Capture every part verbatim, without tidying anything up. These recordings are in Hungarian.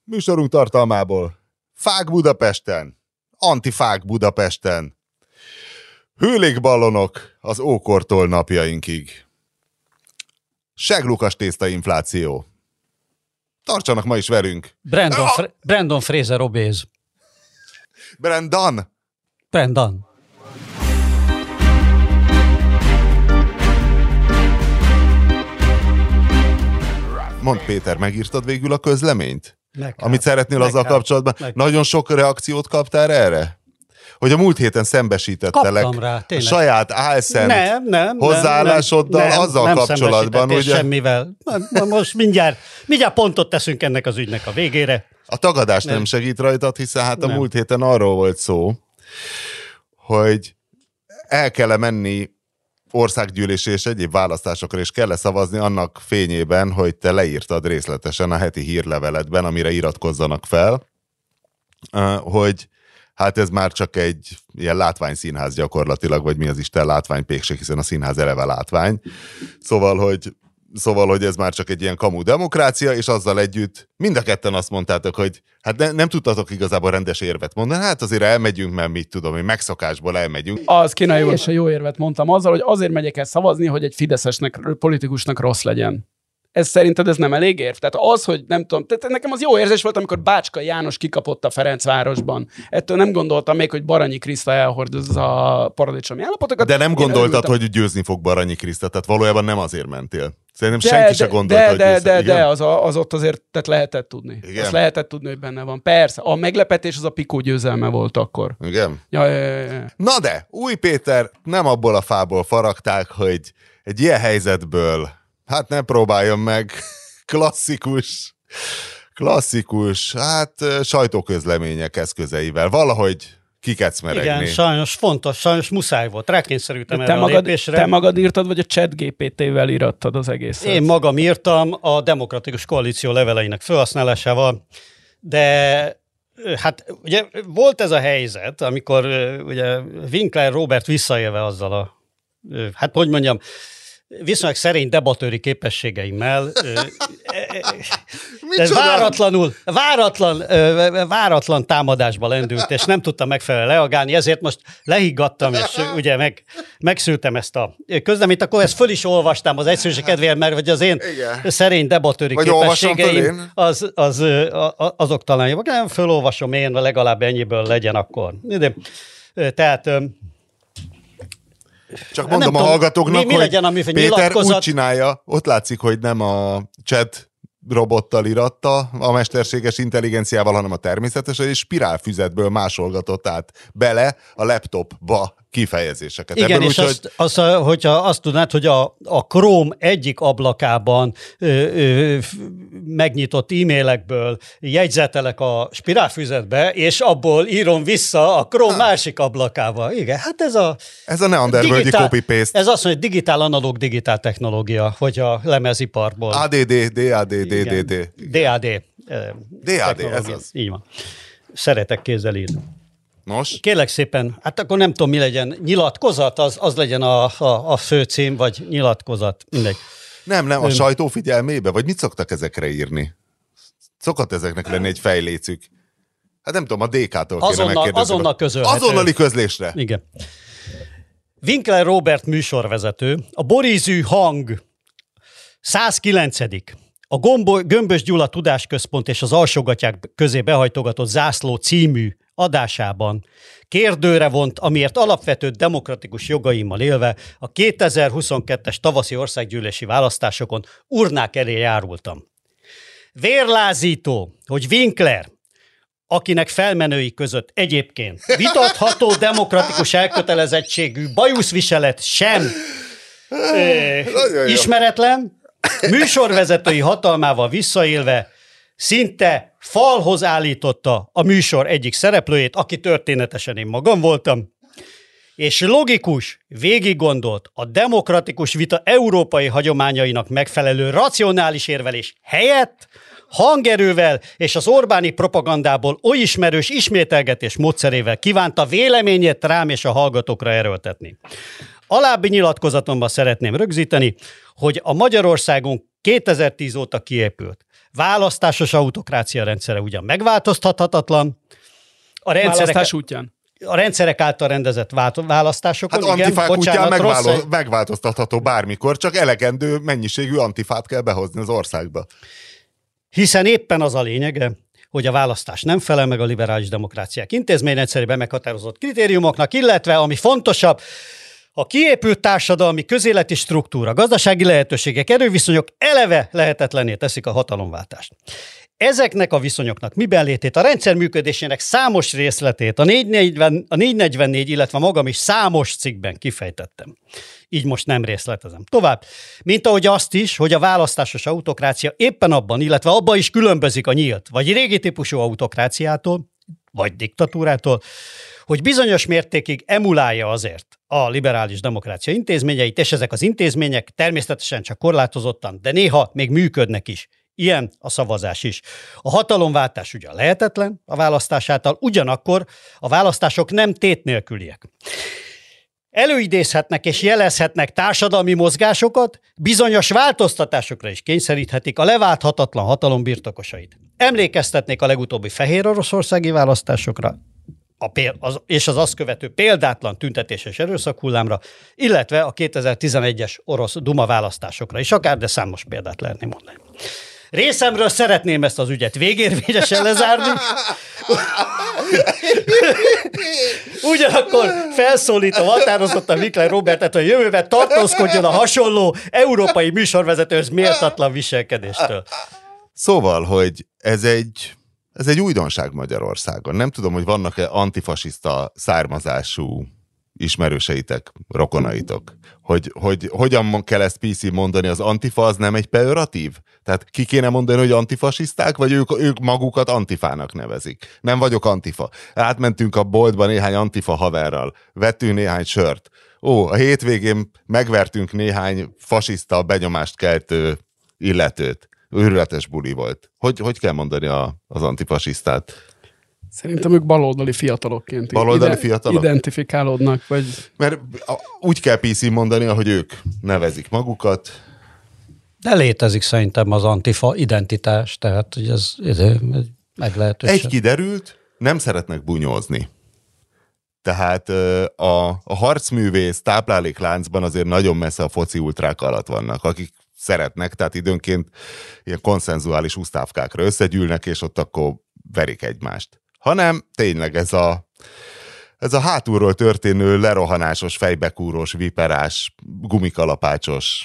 Műsorunk tartalmából. Fák Budapesten. Antifák Budapesten. Hőlékballonok az ókortól napjainkig. Seglukas tészta infláció. Tartsanak ma is velünk. Brandon, Fra- Brandon Fraser obéz. Brandon. Brandon. Mondd, Péter, megírtad végül a közleményt? Meg Amit hát. szeretnél Meg azzal hát. kapcsolatban? Meg. Nagyon sok reakciót kaptál erre? Hogy a múlt héten szembesítettelek Kaptam rá, a tényleg. saját álszent Nem, nem, hozzáállásoddal nem, azzal nem kapcsolatban, hogy hogy semmivel. Most mindjárt, mindjárt pontot teszünk ennek az ügynek a végére. a tagadás nem, Nem. segít rajtad, hiszen hát a Nem. múlt héten arról volt szó, hogy el kell menni országgyűlési és egyéb választásokra, és kell szavazni annak fényében, hogy te leírtad részletesen a heti hírleveledben, amire iratkozzanak fel, hogy hát ez már csak egy ilyen látványszínház gyakorlatilag, vagy mi az Isten látványpékség, hiszen a színház eleve látvány. Szóval, hogy Szóval, hogy ez már csak egy ilyen kamu demokrácia, és azzal együtt mind a ketten azt mondtátok, hogy hát ne, nem tudtatok igazából rendes érvet mondani, hát azért elmegyünk, mert mit tudom, hogy megszokásból elmegyünk. Az kéne, jó, és a jó érvet mondtam azzal, hogy azért megyek el szavazni, hogy egy fideszesnek, politikusnak rossz legyen. Ez szerinted ez nem elég érv? Tehát az, hogy nem tudom, tehát nekem az jó érzés volt, amikor Bácska János kikapott a Ferencvárosban. Ettől nem gondoltam még, hogy Baranyi Kriszta elhordozza a paradicsomi állapotokat. De nem Én gondoltad, örültem. hogy győzni fog Baranyi Kriszta, tehát valójában nem azért mentél. Szerintem De, senki de, se gondolta, de, hogy de, győzni. de, Igen? de az, a, az ott azért tehát lehetett tudni. Igen. Azt lehetett tudni, hogy benne van. Persze. A meglepetés az a Pikó győzelme volt akkor. Igen? Ja, ja, ja, ja. Na de, Új Péter nem abból a fából faragták, hogy egy ilyen helyzetből, hát ne próbáljon meg klasszikus, klasszikus, hát sajtóközlemények eszközeivel valahogy kikecmeregni. Igen, sajnos fontos, sajnos muszáj volt. Rákényszerültem Te erre a magad, lépésre. te magad írtad, vagy a ChatGPT-vel írattad az egészet? Én magam írtam a Demokratikus Koalíció leveleinek felhasználásával, de hát ugye volt ez a helyzet, amikor ugye Winkler Róbert visszaélve azzal a, hát hogy mondjam, viszonylag szerény debatőri képességeimmel, ez váratlanul, váratlan, váratlan támadásba lendült, és nem tudtam megfelelően reagálni, ezért most lehiggadtam, és ugye meg, megszültem ezt a közleményt, akkor ezt föl is olvastam az egyszerűség kedvéért, mert hogy az én Igen. szerény debatőri Vagy olvasom föl képességeim, én? az, az, az, azok talán jobbak. Nem, fölolvasom én, legalább ennyiből legyen akkor. De, tehát... Csak Nem mondom a tudom, hallgatóknak, mi- mi hogy legyen, ami Péter nyilatkozat- úgy csinálja, ott látszik, hogy nem a chat robottal iratta a mesterséges intelligenciával, hanem a természetes, és spirálfüzetből másolgatott át bele a laptopba kifejezéseket. Igen, Ebből és úgy, azt, azt, hogyha azt tudnád, hogy a, a Chrome egyik ablakában ö, ö, f- megnyitott e-mailekből jegyzetelek a spirálfüzetbe, és abból írom vissza a Chrome másik ablakába. Igen, hát ez a... Ez a neandervölgyi digitál- copy-paste. Ez azt mondja, hogy digitál, analóg, digitál technológia, hogy a lemeziparból. á dé dé, dé á dé, dé dé dé. Igen. dé á dé. ö, dé á dé, ez technológia. az. Így van. Szeretek kézzel írni. Nos, Kérlek szépen, hát akkor nem tudom, mi legyen. Nyilatkozat, az, az legyen a, a, a főcím, vagy nyilatkozat, mindegy. nem, nem, a Ön- sajtó figyelmébe, vagy mit szoktak ezekre írni? Szokott ezeknek lenni egy fejlécük. Hát nem tudom, a dé ká-tól kéne Azonnal- megkérdezni. azonnal közölhető. Azonnali közlésre. Igen. Winkler Róbert műsorvezető, a Borízű hang százkilencedik A Gombo- Gömbös Gyula Tudásközpont és az Alsógatyák közé behajtogatott zászló című adásában kérdőre vont, amiért alapvető demokratikus jogaimmal élve a kétezer-huszonkettes tavaszi országgyűlési választásokon urnák elé járultam. Vérlázító, hogy Winkler, akinek felmenői között egyébként vitatható demokratikus elkötelezettségű bajuszviselet sem ö, Nagyon jó. ismeretlen, műsorvezetői hatalmával visszaélve szinte falhoz állította a műsor egyik szereplőjét, aki történetesen én magam voltam, és logikus, végiggondolt, a demokratikus vita európai hagyományainak megfelelő racionális érvelés helyett hangerővel és az Orbáni propagandából oly ismerős ismételgetés módszerével kívánta véleményét rám és a hallgatókra erőltetni. Alábbi nyilatkozatomban szeretném rögzíteni, hogy a Magyarországon kétezer-tíz óta kiépült, választásos autokrácia rendszere ugyan megváltoztathatatlan, a Választás útján. A rendszerek által rendezett választásokon, hát igen, antifák bocsánat, útján rossz, megváló, megváltoztatható bármikor, csak elegendő mennyiségű antifát kell behozni az országba. Hiszen éppen az a lényege, hogy a választás nem felel meg a liberális demokráciák intézményrendszerében meghatározott kritériumoknak, illetve, ami fontosabb, a kiépült társadalmi közéleti struktúra, gazdasági lehetőségek, erőviszonyok eleve lehetetlenné teszik a hatalomváltást. Ezeknek a viszonyoknak miben létét, a rendszer működésének számos részletét a négyszáznegyvennégy, illetve magam is számos cikkben kifejtettem. Így most nem részletezem. Tovább, mint ahogy azt is, hogy a választásos autokrácia éppen abban, illetve abban is különbözik a nyílt, vagy régi típusú autokráciától, vagy diktatúrától, hogy bizonyos mértékig emulálja azért a liberális demokrácia intézményeit, és ezek az intézmények természetesen csak korlátozottan, de néha még működnek is. Ilyen a szavazás is. A hatalomváltás ugyan lehetetlen a választás által, ugyanakkor a választások nem tét nélküliek. Előidézhetnek és jelezhetnek társadalmi mozgásokat, bizonyos változtatásokra is kényszeríthetik a leválthatatlan hatalom birtokosait. Emlékeztetnék a legutóbbi fehér oroszországi választásokra, a péld, az, és az azt követő példátlan tüntetéses erőszakhullámra, illetve a kétezer-tizenegyes orosz Duma választásokra is, akár, de számos példát lehetné mondani. Részemről szeretném ezt az ügyet végérvényesen lezárni. Ugyanakkor felszólítom határozottan Winkler Robertet, hogy jövőben tartózkodjon a hasonló európai műsorvezetőhöz méltatlan viselkedéstől. Szóval, hogy ez egy, ez egy újdonság Magyarországon. Nem tudom, hogy vannak-e antifasiszta származású ismerőseitek, rokonaitok. Hogy, hogy hogyan kell ezt pé cé mondani, az antifa az nem egy pejoratív? Tehát ki kéne mondani, hogy antifasiszták, vagy ők, ők magukat antifának nevezik? Nem vagyok antifa. Átmentünk a boltba néhány antifa haverral, vettünk néhány sört. Ó, a hétvégén megvertünk néhány fasiszta benyomást keltő illetőt. Őrületes buli volt. Hogy, hogy kell mondani a, az antifasisztát? Szerintem ők baloldali fiatalokként baloldali ide- fiatalok? identifikálódnak, vagy... Mert úgy kell pé cé mondani, ahogy ők nevezik magukat. De létezik szerintem az antifa identitás, tehát hogy ez, ez, ez meglehetősen. Egy kiderült, nem szeretnek bunyózni. Tehát a, a harcművész táplálékláncban azért nagyon messze a foci ultrák alatt vannak, akik szeretnek, tehát időnként ilyen konszenzuális usztávkákra összegyűlnek, és ott akkor verik egymást. Hanem tényleg ez a, ez a hátulról történő lerohanásos, fejbekúrós, viperás, gumikalapácsos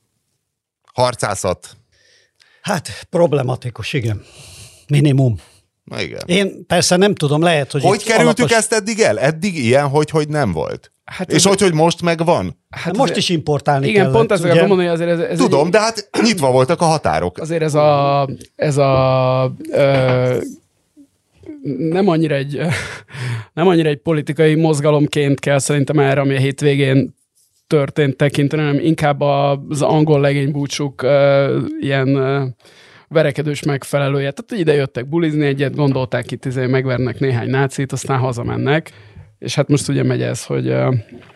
harcászat. Hát problematikus, igen. Minimum. Na igen. Én persze nem tudom, lehet, hogy... Hogy kerültük alapos... ezt eddig el? Eddig ilyen, hogy, hogy nem volt. Hát és ez... hogy, hogy most megvan? Hát most is importálni igen, kellett. pont ezt akarom mondani, hogy azért ez, ez Tudom, egy... de hát nyitva voltak a határok. Azért ez a... Ez a ö, nem annyira egy nem annyira egy politikai mozgalomként kell szerintem erre, ami a hétvégén történt tekinteni, hanem inkább az angol legénybúcsúk uh, ilyen uh, verekedős megfelelője. Tehát ide jöttek bulizni egyet, gondolták itt, izé, megvernek néhány nácit, aztán hazamennek. És hát most ugye megy ez, hogy, uh,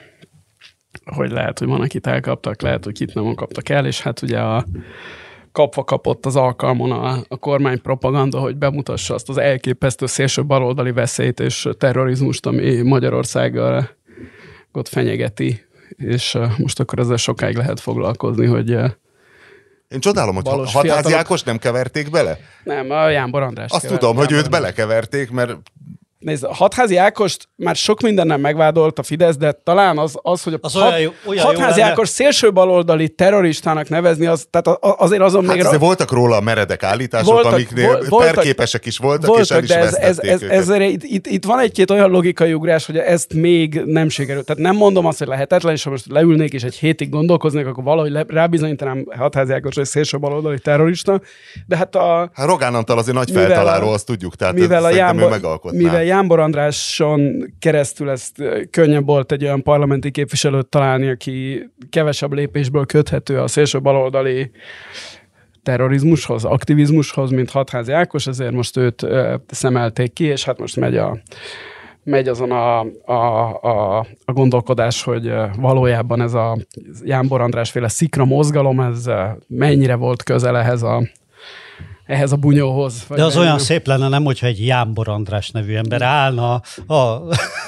hogy lehet, hogy van, akit elkaptak, lehet, hogy kit nem kaptak el, és hát ugye a kapva kapott az alkalmon a, a kormány propaganda, hogy bemutassa azt az elképesztő szélső baloldali veszélyt és terrorizmust, ami Magyarországgal ott fenyegeti, és uh, most akkor ezzel sokáig lehet foglalkozni, hogy... Uh, Én csodálom, hogy Hatházi fiatalok... Ákos nem keverték bele? Nem, a Jánbor András. Azt kever, tudom, hogy őt belekeverték, mert... Nézd, a Hatházi Ákost már sok mindennel megvádolt a Fidesz, de talán az, az hogy a az hat, olyan jó, olyan Hatházi Ákos szélső baloldali terroristának nevezni, az, tehát azért azon hát még... Hát voltak róla a meredek állítások, voltak, amiknél voltak, perképesek is voltak, voltak, és el is de ez, ez, ez, ez, ez, itt, itt, itt van egy-két olyan logikai ugrás, hogy ezt még nem sikerült. Tehát nem mondom azt, hogy lehetetlen, és ha most leülnék és egy hétig gondolkoznék, akkor valahogy le, rábizonyítanám Hatházi Ákos, hogy szélső baloldali terrorista, de hát a... Hát Rogán Antal azért nagy feltaláló, azt tudjuk, tehát mivel, a Jánbor, megalkotná. mivel Jánbor András keresztül ezt könnyebb volt egy olyan parlamenti képviselőt találni, aki kevesebb lépésből köthető a szélső baloldali terrorizmushoz, aktivizmushoz, mint Hatházi Ákos, ezért most őt ö, szemelték ki, és hát most megy, a, megy azon a, a, a, a gondolkodás, hogy valójában ez a Jánbor András féle szikra mozgalom, ez mennyire volt közel ehhez a ehhez a bunyóhoz. De az olyan szép lenne, nem, hogyha egy Jámbor András nevű ember állna a, a,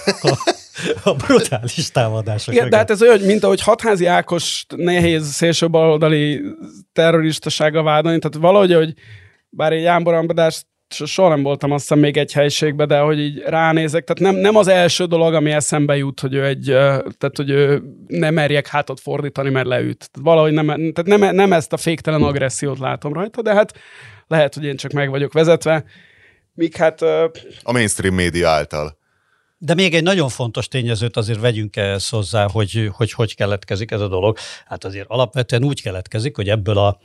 a brutális támadások. Igen, de hát ez olyan, mint ahogy Hatházi Ákos nehéz szélső baloldali terroristasága vádolni, tehát valahogy, hogy bár egy Jámbor András soha nem voltam azt hiszem még egy helyiségben, de hogy így ránézek, tehát nem, nem az első dolog, ami eszembe jut, hogy ő egy, tehát hogy ő nem merjek hátat fordítani, mert leüt. Tehát valahogy nem, tehát nem, nem ezt a féktelen agressziót látom rajta, de hát lehet, hogy én csak meg vagyok vezetve. Míg hát... A mainstream média által. De még egy nagyon fontos tényezőt azért vegyünk ehhez hozzá, hogy, hogy hogy keletkezik ez a dolog. Hát azért alapvetően úgy keletkezik, hogy ebből a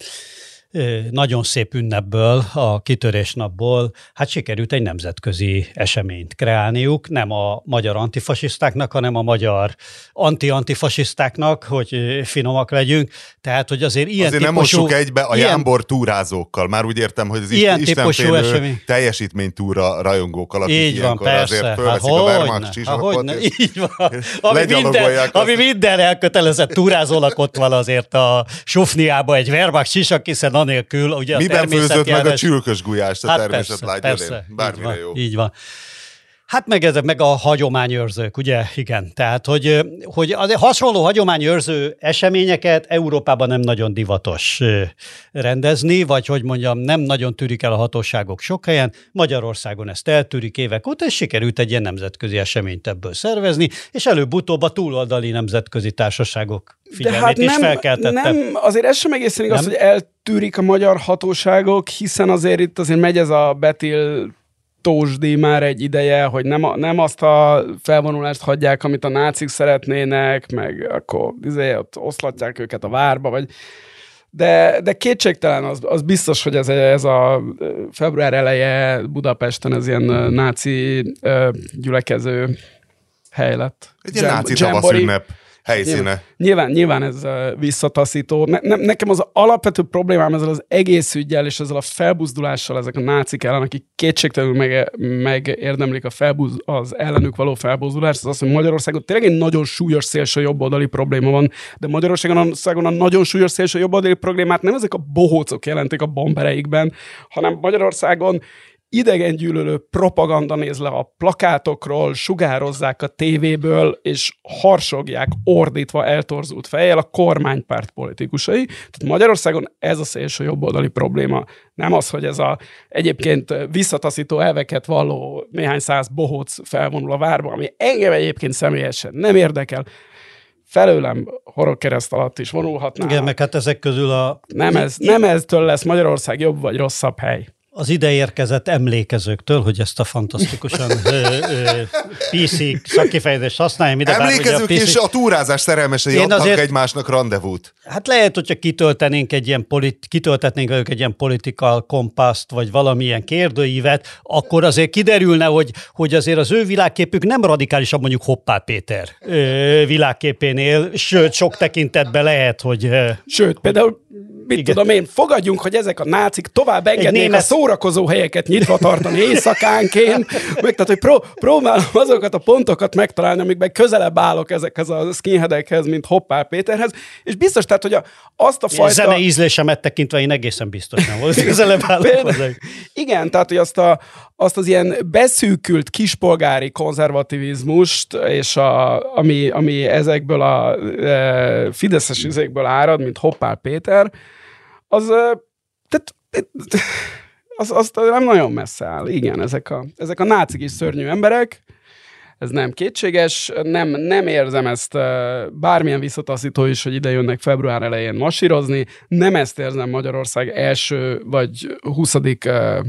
nagyon szép ünnepből, a kitörésnapból, hát sikerült egy nemzetközi eseményt kreálniuk, nem a magyar antifasisztáknak, hanem a magyar anti-antifasisztáknak, hogy finomak legyünk. Tehát, hogy azért ilyen azért típusú... nem mossuk egybe a ilyen, Jámbor túrázókkal. Már úgy értem, hogy az istenfélő teljesítménytúra rajongókkal, akik így ilyenkor van, azért persze. fölveszik hát, a Wehrmacht csizsakot, és így van. Ami minden, ami minden elkötelezett túrázónak ott van azért a sufniába egy Wehrmacht csisak, hiszen anélkül, ugye miben a főzött járás... meg a csülkös gulyást a hát természet lágyadén? Bármire így van, jó. Így van. Hát meg ezek meg a hagyományőrzők, ugye? Igen. Tehát, hogy, hogy az hasonló hagyományőrző eseményeket Európában nem nagyon divatos rendezni, vagy hogy mondjam, nem nagyon tűrik el a hatóságok sok helyen. Magyarországon ezt eltűrik évek óta, és sikerült egy ilyen nemzetközi eseményt ebből szervezni, és előbb-utóbb a túloldali nemzetközi társaságok figyelmét hát is felkeltette. Nem, azért ez sem egészen igaz, nem? Hogy eltűrik a magyar hatóságok, hiszen azért itt azért megy ez a Betil tózsdi már egy ideje, hogy nem, a, nem azt a felvonulást hagyják, amit a nácik szeretnének, meg akkor izé, ott oszlatják őket a várba, vagy de, de kétségtelen az, az biztos, hogy ez, ez a február eleje Budapesten ez ilyen náci gyülekező hely lett. Egy ilyen náci tavaszünnep helyszíne. Nyilván, nyilván ez visszataszító. Ne, ne, nekem az alapvető problémám ezzel az egész üggyel és ezzel a felbuzdulással ezek a nácik ellen, akik kétségtelenül meg, megérdemlik a felbuz, az ellenük való felbuzdulást, az az, hogy Magyarországon tényleg egy nagyon súlyos szélső jobboldali probléma van, de Magyarországon a nagyon súlyos szélső jobboldali problémát nem ezek a bohócok jelentik a bombereikben, hanem Magyarországon idegengyűlölő propaganda néz le a plakátokról, sugározzák a tévéből, és harsogják ordítva eltorzult fejjel a kormánypárt politikusai. Tehát Magyarországon ez a szélső jobboldali probléma. Nem az, hogy ez a egyébként visszataszító elveket valló néhány száz bohóc felvonul a várba, ami engem egyébként személyesen nem érdekel. Felőlem horogkereszt alatt is vonulhatnának. Igen, meg hát ezek közül a... Nem, ez, nem eztől lesz Magyarország jobb vagy rosszabb hely. Az ideérkezett emlékezőktől, hogy ezt a fantasztikusan ö, ö, pé cé szakifejezést használjam ide. Emlékezők bár, és a túrázás szerelmesei adtak azért, egymásnak rendezvút. Hát lehet, hogyha kitöltenénk egy ilyen politi- kitöltetnénk velük egy ilyen political compass-t, vagy valamilyen kérdőívet, akkor azért kiderülne, hogy, hogy azért az ő világképük nem radikálisabb mondjuk Hoppá Péter ö, világképénél, sőt, sok tekintetben lehet, hogy... Ö, sőt, például mit igen. tudom én, fogadjunk, hogy ezek a nácik tovább engednék német... a szórakozó helyeket nyitva tartani éjszakánként, meg tehát, hogy pró- próbálom azokat a pontokat megtalálni, amikben közelebb állok ezekhez a skinheadekhez, mint Hoppá Péterhez, és biztos, tehát, hogy a, azt a én fajta... zene ízlésemet tekintve én egészen biztos nem volt. Közelebb állok hozzá. Igen, tehát, hogy azt, a, azt az ilyen beszűkült kispolgári konzervativizmust, és a, ami, ami ezekből a e, fideszes üzékből árad, mint Hoppá Péter, az, tehát, az, az nem nagyon messze áll. Igen, ezek a, ezek a nácik is szörnyű emberek, ez nem kétséges, nem, nem érzem ezt bármilyen visszataszító is, hogy ide jönnek február elején masírozni, nem ezt érzem Magyarország első vagy huszadik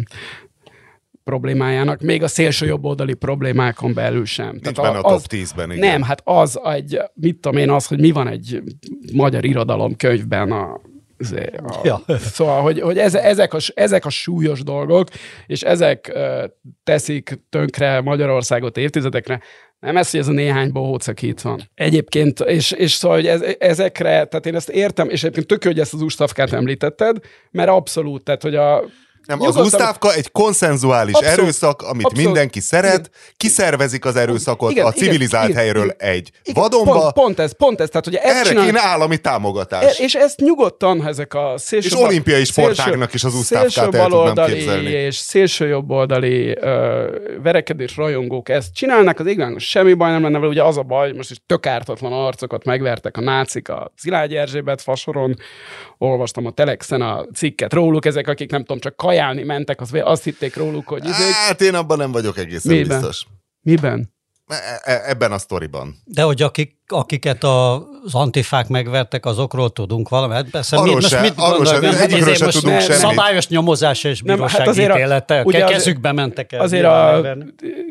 problémájának, még a szélső jobboldali problémákon belül sem. Nincs benne a top tízben, igen. Nem, hát az egy, mit tudom én, az, hogy mi van egy magyar irodalom könyvben a A, ja. Szóval, hogy, hogy ez, ezek, a, ezek a súlyos dolgok, és ezek uh, teszik tönkre Magyarországot évtizedekre, nem ez, hogy ez a néhány bohóc, aki itt van. Egyébként, és, és szóval, hogy ez, ezekre, tehát én ezt értem, és egyébként tök, hogy ezt az Ustavkát említetted, mert abszolút, tehát, hogy a Nem, Nyugodtan, az Usztávka egy konszenzuális abszolút, erőszak, amit abszolút, mindenki szeret, igen. kiszervezik az erőszakot Igen, a civilizált igen, helyről igen, egy igen, vadonba, pont, pont ez, pont ez, tehát ugye ezt erre csinál... kéne állami támogatás. És ezt nyugodtan ezek a szélső... És olimpiai sportágnak is az Usztávkát el tudnám képzelni. és szélső jobboldali uh, verekedés rajongók ezt csinálnak, az igazán semmi baj nem lenne vele, ugye az a baj, most is tök ártatlan arcokat megvertek a nácik a Szilágyi Erzsébet fasoron, olvastam a Telexen a cikket róluk, ezek, akik nem tudom, csak kajálni mentek, az, azt hitték róluk, hogy izék. Hát én abban nem vagyok egészen Miben? biztos. Miben? E- ebben a sztoriban. De hogy akik, akiket az antifák megvertek, azokról tudunk valamit. Persze, Arról mi, most se, mit arról se, gondolom? egyikről Hát se most tudunk semmit. szabályos nyomozása és Nem, bírósági hát azért a- ítélete. ugye az- Kezükbe mentek el. Azért nyilván a... megverni.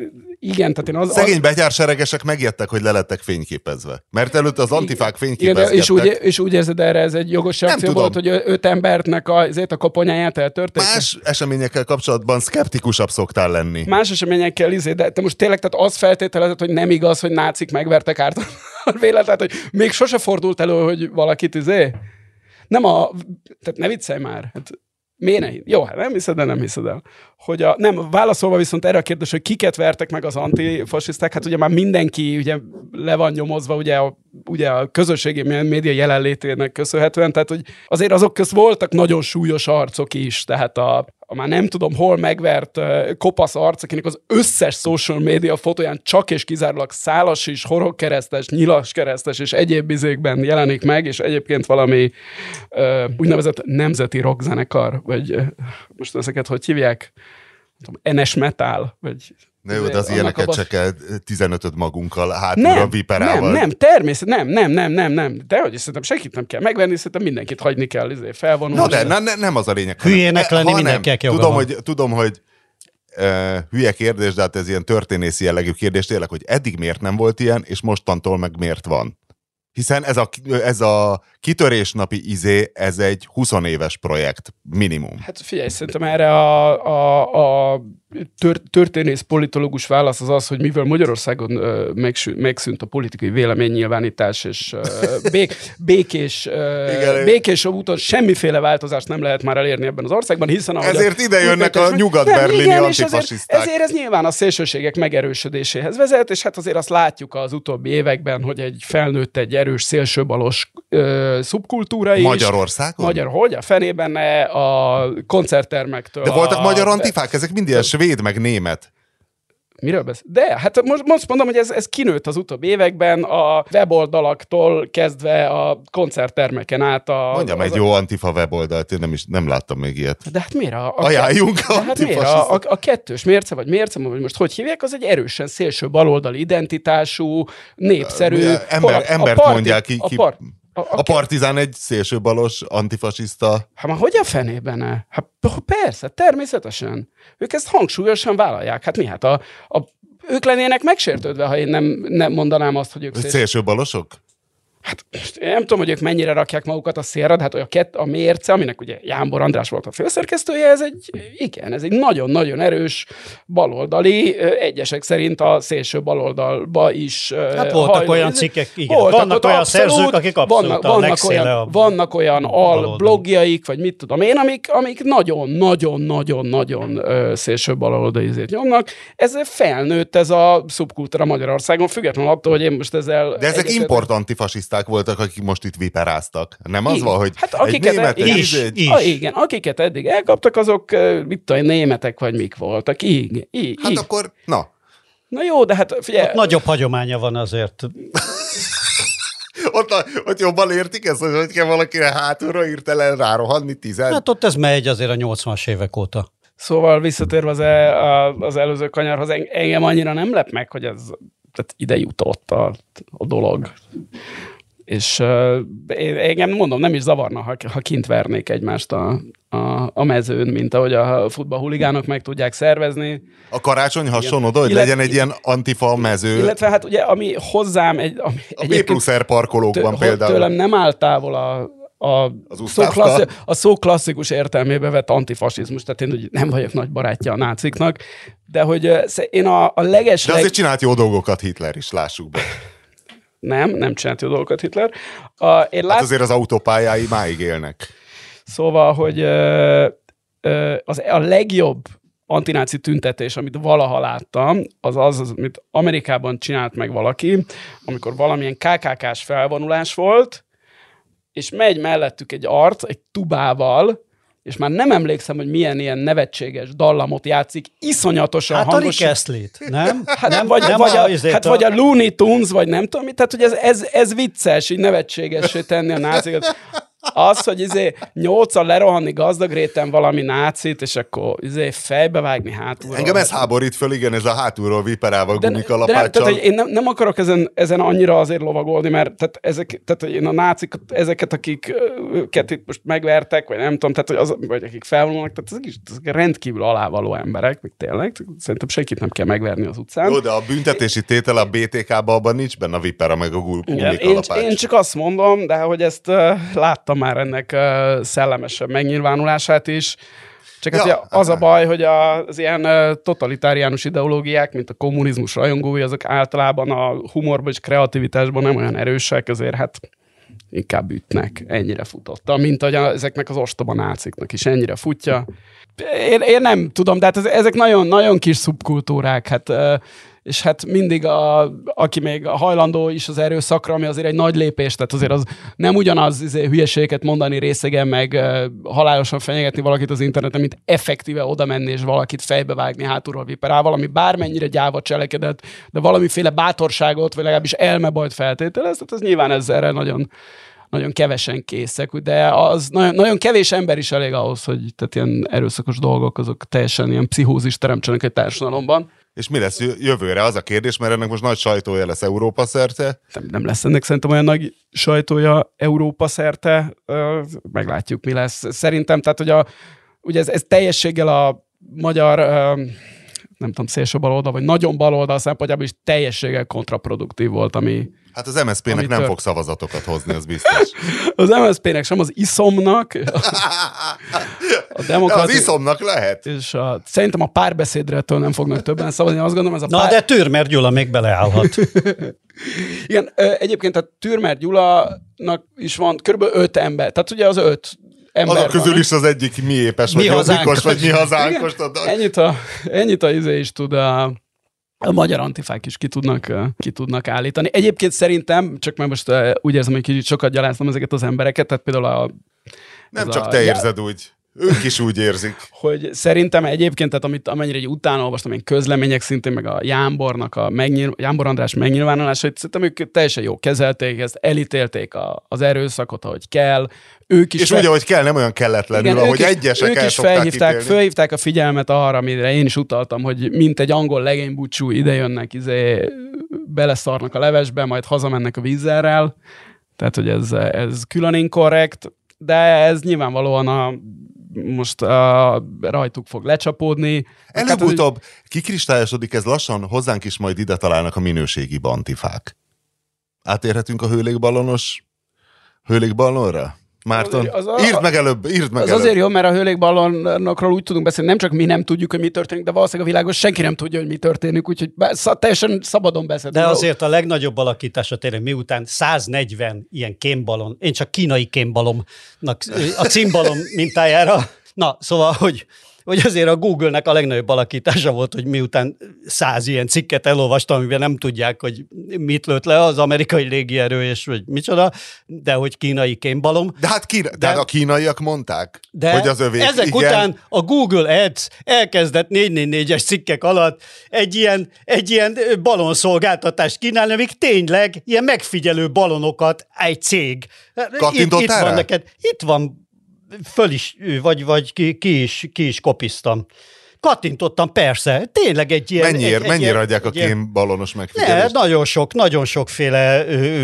Igen, tehát én az... Szegény betyárseregesek megjettek, hogy lelettek fényképezve. Mert előtt az antifák Igen, de fényképezgettek. és, úgy, és úgy érzed, erre ez egy jogos reakció tudom. volt, hogy ö- öt embertnek a, azért a koponyáját eltörték? Más eseményekkel kapcsolatban szkeptikusabb szoktál lenni. Más eseményekkel izé, de te most tényleg tehát az feltételezed, hogy nem igaz, hogy nácik megvertek ártatlan vélet, tehát hogy még sose fordult elő, hogy valakit izé? Nem a... Tehát ne viccelj már. Hát, miért ne? Jó, hát nem hiszed el, nem hiszed el. Hogy a, nem, válaszolva viszont erre a kérdés, hogy kiket vertek meg az antifasiszták, hát ugye már mindenki ugye le van nyomozva ugye a, ugye a közösségi média jelenlétének köszönhetően, tehát hogy azért azok közt voltak nagyon súlyos arcok is, tehát a, a már nem tudom hol megvert uh, kopasz arc, akinek az összes social media fotóján csak és kizárólag szálas is, horogkeresztes, nyilaskeresztes és egyéb bizékben jelenik meg, és egyébként valami uh, úgynevezett nemzeti rockzenekar, vagy uh, most ezeket hogy hívják? En es Metal, vagy... Na jó, de az ilyeneket a... se kell tizenötöt magunkkal hátulra nem, viperával. nem, nem, természetesen, nem, nem, nem, nem, nem. De hogy szerintem senkit nem kell megvenni, szerintem mindenkit hagyni kell izé, felvonulni. Na de na, ne, nem az a lényeg. Hülyének hanem- lenni hanem- mindenkinek joga tudom, van. hogy, tudom, hogy uh, hülye kérdés, de hát ez ilyen történészi jellegű kérdés tényleg, hogy eddig miért nem volt ilyen, és mostantól meg miért van. Hiszen ez a, ez a kitörésnapi izé, ez egy húsz éves projekt, minimum. Hát figyelj, szerintem erre a, a, a tör, történész politológus válasz az az, hogy mivel Magyarországon uh, megszűnt, megszűnt a politikai véleménynyilvánítás, és uh, bék, békés, uh, békés úton semmiféle változást nem lehet már elérni ebben az országban, hiszen... Ezért ide jönnek a Nem, nyugat-berlini igen, és ezért, antifasiszták. ezért ez nyilván a szélsőségek megerősödéséhez vezet, és hát azért azt látjuk az utóbbi években, hogy egy felnőtt, egy erős szélsőbalos uh, szubkultúra is. Magyarországon? Magyar, hogy? A fenében a koncerttermektől. De voltak a... magyar antifák, ezek mind ilyen svéd, meg német. Miről beszél? De, hát most, most mondom, hogy ez, ez kinőtt az utóbbi években a weboldalaktól kezdve a koncerttermeken át a... Mondjam egy az, jó antifa weboldalt, én nem, is, nem láttam még ilyet. De hát miért a... a Ajánljunk de hát miért a, a, a kettős mérce, vagy mérce, vagy most hogy hívják, az egy erősen szélső baloldali identitású, népszerű... Ember, a, embert a parti, mondják ki. A, ki par, a, a, a Partizán egy szélsőbalos antifasiszta. Hát már hogy a fenében? Hát persze, természetesen. Ők ezt hangsúlyosan vállalják. Hát mi? Hát a, a, ők lennének megsértődve, ha én nem, nem mondanám azt, hogy ők szélső... Szélsőbalosok? Hát én nem tudom, hogy ők mennyire rakják magukat a szélre, de hát a, kett, a mérce, aminek ugye Jámbor András volt a főszerkesztője, ez egy, igen, ez egy nagyon-nagyon erős baloldali, egyesek szerint a szélső baloldalba is Hát voltak hajló, olyan cikkek, igen. voltak Vannak ott olyan abszolút, szerzők, akik abszolút vannak, a vannak legszéle olyan, a vannak olyan baloldal. alblogjaik, vagy mit tudom én, amik, amik nagyon-nagyon-nagyon-nagyon szélső baloldalizét nyomnak. Ez felnőtt ez a szubkultúra Magyarországon, függetlenül attól, hogy én most ezzel... De ezek egyetértek. import antifasiszták voltak, akik most itt viperáztak. Nem az Igen. van, hogy Hát egy akiket német, egy is, izé- is. Ah, igen, akiket eddig elkaptak, azok, eh, mit tudom, németek vagy mik voltak. Igen, igen. Hát akkor, na. Na jó, de hát figyelj. Ott nagyobb hagyománya van azért. Ott, ott jobban értik ezt, hogy hogy kell valakire hátulra írtelen rárohanni tizen. Hát ott ez megy azért a nyolcvanas évek óta. Szóval visszatérve az, e, a, az előző kanyarhoz, engem annyira nem lep meg, hogy ez tehát ide jutott a, a dolog. És uh, én, engem mondom, nem is zavarna, ha, ha kint vernék egymást a, a, a mezőn, mint ahogy a futballhuligánok meg tudják szervezni. A karácsony hasonló, hogy Illet- legyen egy ilyen antifa mező. Illetve hát ugye, ami hozzám... Egy, ami A B plusz R parkolókban tő, például. Tőlem nem áll távol a, a, szó Usztávka. klasszi, a szó klasszikus értelmébe vett antifasizmus, tehát én ugye nem vagyok nagy barátja a náciknak, de hogy uh, én a, a leges... De azért csinált jó dolgokat Hitler is, lássuk be. Nem, nem csinált jó dolgokat Hitler. A, én lát... Hát azért az autópályái máig élnek. Szóval, hogy uh, az a legjobb antináci tüntetés, amit valaha láttam, az az, az, amit Amerikában csinált meg valaki, amikor valamilyen ká ká ká-s felvonulás volt, és megy mellettük egy arc, egy tubával, és már nem emlékszem, hogy milyen ilyen nevetséges dallamot játszik, iszonyatosan hát hangos. Hát a Rick Astley-t, nem? Hát, nem, vagy, nem vagy, a, a, hát a... vagy a Looney Tunes, vagy nem tudom mit, tehát hogy ez, ez, ez vicces, így nevetségessé tenni a nácikat. Az, hogy izé nyolcan lerohanni gazdag réten valami nácit, és akkor izé fejbevágni hátulról. Engem ez háborít föl, igen, ez a hátulról viperával, gumikalapáccsal. Tehát, hogy én nem, nem akarok ezen, ezen annyira azért lovagolni, mert tehát ezek, tehát, hogy én a nácik, ezeket, akiket itt most megvertek, vagy nem tudom, tehát, hogy az, vagy akik felvonulnak, tehát ezek, is, ezek rendkívül alávaló emberek, még tényleg, szerintem senkit nem kell megverni az utcán. Jó, de a büntetési tétel a bé té ká-ban abban nincs benne a vipera, meg a gumikalapács. Én, én csak azt mondom, de hogy ezt uh, láttam már ennek uh, szellemesebb megnyilvánulását is. Csak ja, hát az a baj, hogy az ilyen uh, totalitáriánus ideológiák, mint a kommunizmus rajongói, azok általában a humorban és kreativitásban nem olyan erősek, ezért hát inkább ütnek. Ennyire futotta, mint hogy a, ezeknek az ostoba náciknak is ennyire futja. Én, én nem tudom, de hát ezek nagyon, nagyon kis szubkultúrák, hát uh, és hát mindig, a, aki még hajlandó is az erőszakra, ami azért egy nagy lépés, tehát azért az nem ugyanaz izé, hülyeségeket mondani részegen, meg uh, halálosan fenyegetni valakit az interneten, mint effektíve oda menni és valakit fejbevágni hátulról viperával, ami bármennyire gyáva cselekedet, de valamiféle bátorságot, vagy legalábbis elmebajt feltételez, tehát ez nyilván ezzel nagyon, nagyon kevesen készek, de az nagyon, nagyon kevés ember is elég ahhoz, hogy tehát ilyen erőszakos dolgok, azok teljesen ilyen pszichózis teremtsenek egy társadalomban. És mi lesz jövőre? Az a kérdés, mert ennek most nagy sajtója lesz Európa szerte. Nem, nem lesz ennek szerintem olyan nagy sajtója Európa szerte. Meglátjuk, mi lesz. Szerintem, tehát, hogy a, ugye ez, ez teljességgel a magyar, nem tudom, szélső baloldal, vagy nagyon baloldal szempontjából is teljességgel kontraproduktív volt, ami... Hát az em es zé pé-nek nem tört. fog szavazatokat hozni, az biztos. Az em es zé pé-nek sem, az iszomnak. A demokrati... Az iszomnak lehet. És a, szerintem a Párbeszédre-től nem fognak többen szavazni. Azt gondolom, ez a Na, pár... de Türmer Gyula még beleállhat. Igen, egyébként a Türmer Gyulának is van körülbelül öt ember. Tehát ugye az öt ember azok közül van, is az egyik mi épes, mi vagy jobbikos, vagy mi hazánkos. Ennyit a, ennyit a izé is tud a... A magyar antifák is ki tudnak, ki tudnak állítani. Egyébként szerintem, csak már most úgy érzem, hogy kicsit sokat gyaláztam ezeket az embereket, tehát például a... Nem csak a, te érzed já... úgy. Ők is úgy érzik. Hogy szerintem egyébként, tehát amit, amennyire egy utána olvastam, ilyen közlemények szintén, meg a Jámbornak, a megnyilv... Jámbor András megnyilvánulásait, szerintem ők teljesen jó kezelték, ezt elítélték a, az erőszakot, ahogy kell. Ők is és fel... úgy, ahogy kell, nem olyan kelletlenül, igen, ahogy ők egyesek ők el is szokták felhívták, ítélni. felhívták a figyelmet arra, amire én is utaltam, hogy mint egy angol legénybúcsú idejönnek, izé, beleszarnak a levesbe, majd hazamennek a vízzelrel. Tehát, hogy ez, ez külön inkorrekt, de ez nyilvánvalóan a most uh, rajtuk fog lecsapódni. Előbb-utóbb hát, kikristályosodik ez lassan, hozzánk is majd ide találnak a minőségi bantifák. Átérhetünk a hőlékballonos hőlékballonra? Márton, az az írd meg előbb, írd meg az előbb. azért jó, mert a hőlékballonokról úgy tudunk beszélni, nem csak mi nem tudjuk, hogy mi történik, de valószínűleg a világon senki nem tudja, hogy mi történik, úgyhogy teljesen szabadon beszélünk. De azért a legnagyobb alakítása tényleg miután száznegyven ilyen kémbalon, én csak kínai kémbalomnak a címbalom mintájára, na, szóval, hogy hogy azért a Google-nek a legnagyobb alakítása volt, hogy miután száz ilyen cikket elolvastam, amiben nem tudják, hogy mit lőtt le az amerikai légierő, és hogy micsoda, de hogy kínai kémbalom. De hát Kína, de, de a kínaiak mondták, de hogy az övék. Ezek igen. után a Google Ads elkezdett négy négy négyes cikkek alatt egy ilyen, egy ilyen balonszolgáltatást kínálni, amik tényleg ilyen megfigyelő balonokat egy cég. Kattintottál itt, itt rá? van neked, itt van föl is, vagy, vagy ki, ki, is, ki is kopiztam. Kattintottam, persze. Tényleg egy ilyen... Mennyire, egy, mennyire egy, adják egy, a kémbalonos megfigyelést? Ne, nagyon sok, nagyon sokféle,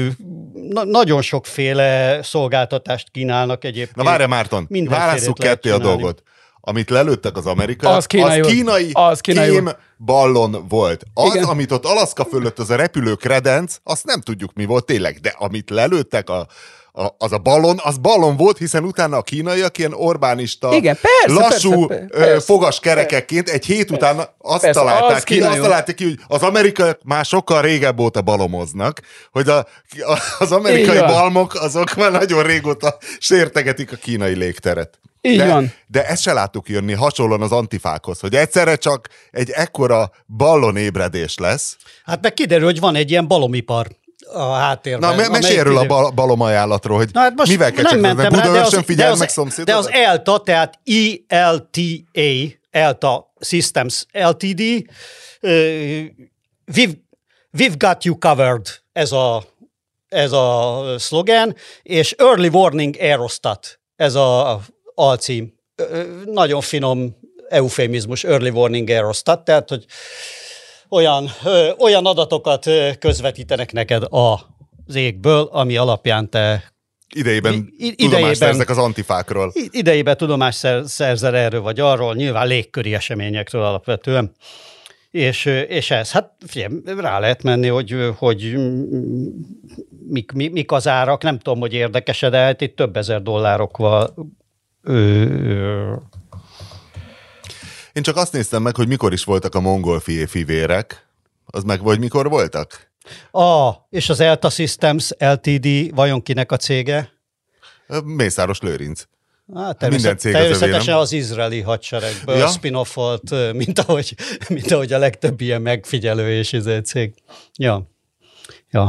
na, nagyon sokféle szolgáltatást kínálnak egyébként. Na várj, Márton, válasszuk ketté a dolgot. Amit lelőttek az amerikai, az kínai, az kínai, az kínai kém ballon volt. Az, igen. Amit ott Alaszka fölött az a repülő kredenc, azt nem tudjuk mi volt tényleg, de amit lelőttek a A, az a ballon, az ballon volt, hiszen utána a kínaiak ilyen Orbánista, igen, persze, lassú persze, persze, fogaskerekekként egy hét persze, után azt persze, találták az ki, azt találták ki, hogy az amerikaiak már sokkal régebb óta balomoznak, hogy a, a, az amerikai balmok azok már nagyon régóta sértegetik a kínai légteret. Így de, van. de ezt se láttuk jönni hasonlóan az antifákhoz, hogy egyszerre csak egy ekkora ballonébredés lesz. Hát meg kiderül, hogy van egy ilyen balomipar a háttérben. Na, mesélj erről a bal- balomajánlatról, hogy Na, hát mivel kell csak Budaörsön figyelj meg szomszédodat? De az E L T A, tehát E L T A, E L T A Systems Ltd. Uh, we've, we've got you covered, ez a, ez a szlogen, és Early Warning Aerostat, ez a alcím. Nagyon finom eufémizmus, Early Warning Aerostat, tehát, hogy olyan, ö, olyan adatokat ö, közvetítenek neked az égből, ami alapján te idejében, I- idejében tudomást szerzek az antifákról. idejében tudomást szer, szerzel erről vagy arról, nyilván légköri eseményekről alapvetően. És, és ez, hát figyelj, rá lehet menni, hogy, hogy mik, mik, mik az árak, nem tudom, hogy érdekes, de hát itt több ezer dollárokval ö, Én csak azt néztem meg, hogy mikor is voltak a mongolfié fivérek. Az meg vagy mikor voltak? A, és az E L T A Systems Ltd. Vajon kinek a cége? Mészáros Lőrinc. Hát Minden természet, cég az övé, természetesen nem? az izraeli hadseregből Ja? spin-offolt, mint ahogy, mint ahogy a legtöbb ilyen megfigyelő és izé cég. Ja. ja.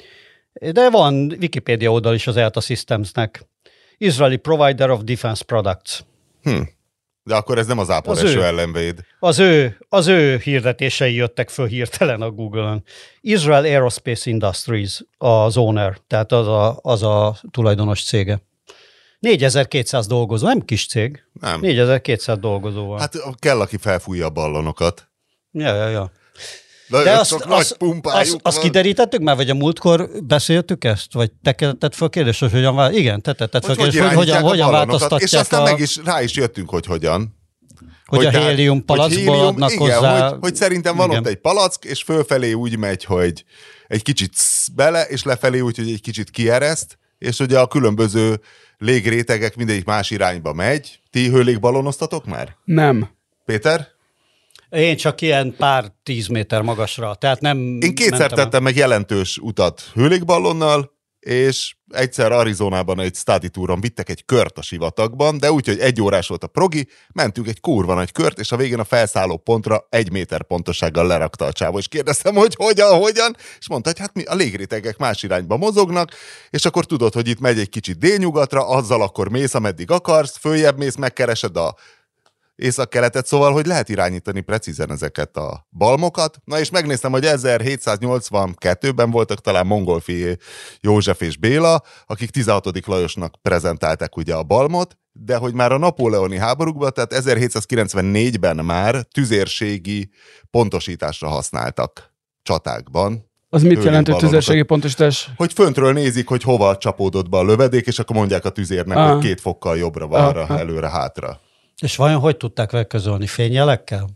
De van Wikipédia oldal is az E L T A Systemsnek. Israeli Provider of Defense Products. Hm. De akkor ez nem az ápolású ellenvéd. Az ő, az ő hirdetései jöttek föl hirtelen a Google-on. Israel Aerospace Industries az owner, tehát az a, az a tulajdonos cége. négyezer-kétszáz dolgozó, nem kis cég. Nem. négyezer-kétszáz dolgozó van. Hát kell, aki felfújja a ballonokat. Ja, ja, ja. De, De azt, azt, nagy azt, pumpájuk azt, azt van. kiderítettük már, vagy a múltkor beszéltük ezt? Vagy te tett fel kérdést, hogy hogyan vál... Igen, te tetted fel Hogy, hogy, kérdést, hogy hogyan, irányítják a hogyan ballonokat, változtatják és aztán a... meg is rá is jöttünk, hogy hogyan. Hogy a tehát- hélium palackból hogy hélium, adnak igen, hozzá- Hogy, hogy szerintem van igen. ott egy palack, és fölfelé úgy megy, hogy egy kicsit sz- bele, és lefelé úgy, hogy egy kicsit kiereszt, és ugye a különböző légrétegek mindegyik más irányba megy. Ti hőlégballonoztatok már? Nem. Péter? Én csak ilyen pár tíz méter magasra, tehát nem... Én kétszer mentem el. tettem meg jelentős utat hőlégballonnal, és egyszer Arizonában egy study touron vittek egy kört a sivatagban, de úgy, hogy egy órás volt a progi, mentünk egy kurva nagy kört, és a végén a felszálló pontra egy méter pontossággal lerakta a csávó, és kérdeztem, hogy hogyan, hogyan, és mondta, hogy hát mi a légrétegek más irányba mozognak, és akkor tudod, hogy itt megy egy kicsit délnyugatra, azzal akkor mész, ameddig akarsz, följebb mész, megkeresed a észak-keletet, szóval, hogy lehet irányítani precízen ezeket a balmokat. Na és megnéztem, hogy ezerhétszáznyolcvankettőben voltak talán Mongolfié József és Béla, akik tizenhatodik Lajosnak prezentálták ugye a balmot, de hogy már a napóleoni háborúkban, tehát ezerhétszázkilencvennégyben már tüzérségi pontosításra használtak csatákban. Az mit jelent, hogy Hőlégballonok. tüzérségi pontosítás? Hogy föntről nézik, hogy hova csapódott be a lövedék, és akkor mondják a tüzérnek, Ah. hogy két fokkal jobbra-balra, Ah. előre-hátra. És vajon hogy tudták vele közölni? Fényjelekkel?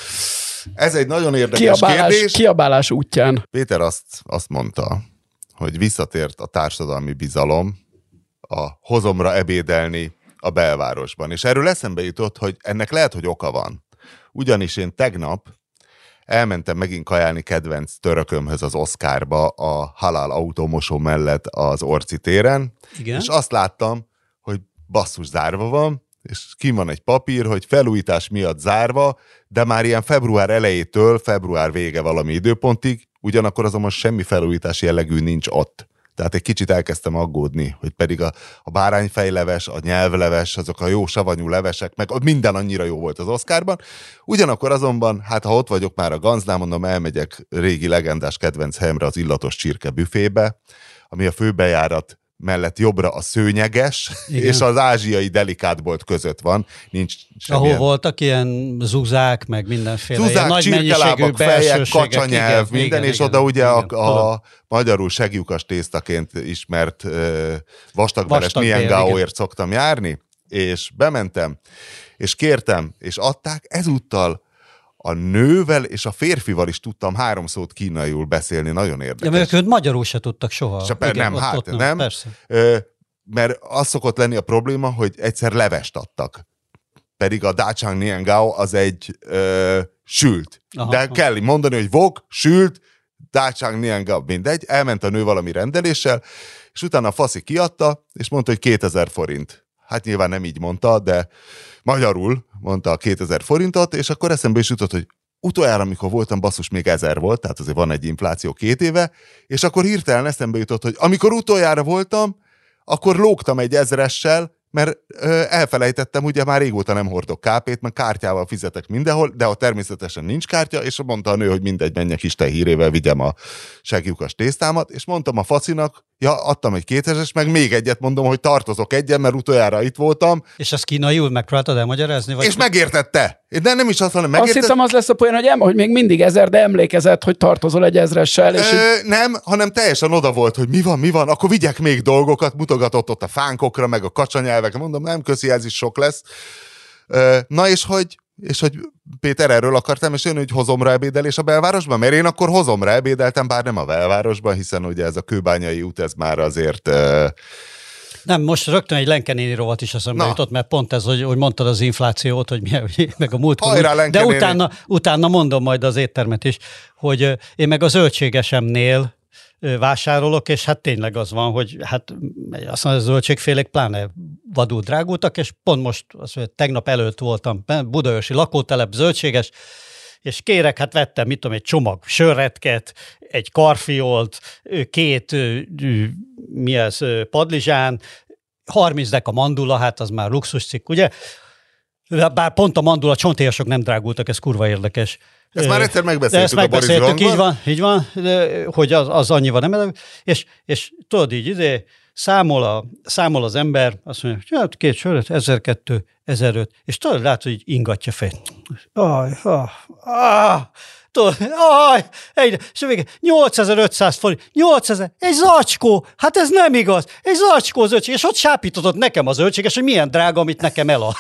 Ez egy nagyon érdekes Kiabálás, kérdés. kiabálás útján. Péter azt, azt mondta, hogy visszatért a társadalmi bizalom a hozomra ebédelni a belvárosban. És erről eszembe jutott, hogy ennek lehet, hogy oka van. Ugyanis én tegnap elmentem megint kajálni kedvenc törökömhöz az Oszkárba, a halál autómosó mellett az Orci téren, Igen. és azt láttam, hogy basszus zárva van, és ki van egy papír, hogy felújítás miatt zárva, de már ilyen február elejétől február vége valami időpontig, ugyanakkor azonban semmi felújítási jellegű nincs ott. Tehát egy kicsit elkezdtem aggódni, hogy pedig a, a bárányfejleves, a nyelvleves, azok a jó savanyú levesek, meg minden annyira jó volt az Oszkárban. Ugyanakkor azonban, hát ha ott vagyok már a Ganznál, mondom, elmegyek régi legendás kedvenc helyemre, az illatos csirke büfébe, ami a főbejárat mellett jobbra a szőnyeges, Igen. és az ázsiai delikátbolt között van. Nincs Ahol semmilyen... voltak ilyen zuzák, meg mindenféle ilyen Zuzák, nagy mennyiségű csirkelábak, fejek, belsőségek. kacsanyelv, igen, minden, igen, és igen, oda ugye igen, a, tudom. a magyarul segjukas tésztaként ismert uh, vastagveres Vastagbél, Niengaoért szoktam járni, és bementem, és kértem, és adták, ezúttal a nővel és a férfival is tudtam három szót kínaiul beszélni, nagyon Ja, érdekes. mert ők magyarul se tudtak soha. Se, per, nem, ott- hát ott nem. Persze. Ö, mert az szokott lenni a probléma, hogy egyszer levest adtak. Pedig a Dachang Niengao az egy ö, sült. Aha, De aha. kell mondani, hogy vok, sült, Dachang Niengao, mindegy. Elment a nő valami rendeléssel, és utána a faszi kiadta, és mondta, hogy kétezer forint. hát nyilván nem így mondta, de magyarul mondta a kétezer forintot, és akkor eszembe is jutott, hogy utoljára, amikor voltam, basszus, még ezer volt, tehát azért van egy infláció két éve, és akkor hirtelen eszembe jutott, hogy amikor utoljára voltam, akkor lógtam egy ezressel, mert ö, elfelejtettem, ugye már régóta nem hordok kápét, mert kártyával fizetek mindenhol, de ha természetesen nincs kártya, és mondta a nő, hogy mindegy, menjek Isten hírével, vigyem a segjukas tésztámat, és mondtam a facinak, ja, adtam egy kétezres, meg még egyet mondom, hogy tartozok egyen, mert utoljára itt voltam. És azt kínaiul megpróbáltad elmagyarázni? Vagy... És megértette. De nem is azt, hanem megértette. Azt hittem, az lesz a poén, hogy, em, hogy még mindig ezer, de emlékezett, hogy tartozol egy ezressel. És Ö, így... Nem, hanem teljesen oda volt, hogy mi van, mi van, akkor vigyek még dolgokat, mutogatott ott a fánkokra, meg a kacsanyelvekre, mondom, nem köszi, ez is sok lesz. Ö, na és hogy, és hogy Péter, erről akartam és én, hogy hozom rá ebédelés a belvárosban, mert én akkor hozom rá ebédeltem, bár nem a belvárosban, hiszen ugye ez a kőbányai út, ez már azért... Ö, Nem, most rögtön egy Lenke néni rovat is eszembe jutott, mert pont ez, hogy, hogy mondtad az inflációt, hogy milyen, meg a múlt. Hajrá, de utána, utána mondom majd az éttermet is, hogy én meg a zöldségesemnél vásárolok, és hát tényleg az van, hogy hát azt mondja, a zöldségfélék pláne vadul drágultak, és pont most, azt mondja, tegnap előtt voltam budaörsi lakótelep zöldséges, és kérek, hát vettem, mit tudom, egy csomag sörretket, egy karfiolt, két, mi ez, padlizsán, harminc deka mandula, hát az már luxuscikk, ugye? Bár pont a mandula csontélyasok nem drágultak, ez kurva érdekes. Ezt már egyszer megbeszéltük a Boris Zsongban. Így van, így van, de, hogy az, az annyival nem elő. És, és tudod így, ide számol, a, számol az ember, azt mondja, hogy hát két söröt, ezerkettő, ezeröt, és tudod, látod, hogy ingatja fel. Aj, ah, ah, tudod, aj, egyre, és végül nyolcezer-ötszáz forint, nyolcezer, egy zacskó, hát ez nem igaz, egy zacskó zöldség, és ott sápítozott nekem az zöldséges, hogy milyen drága, amit nekem elad.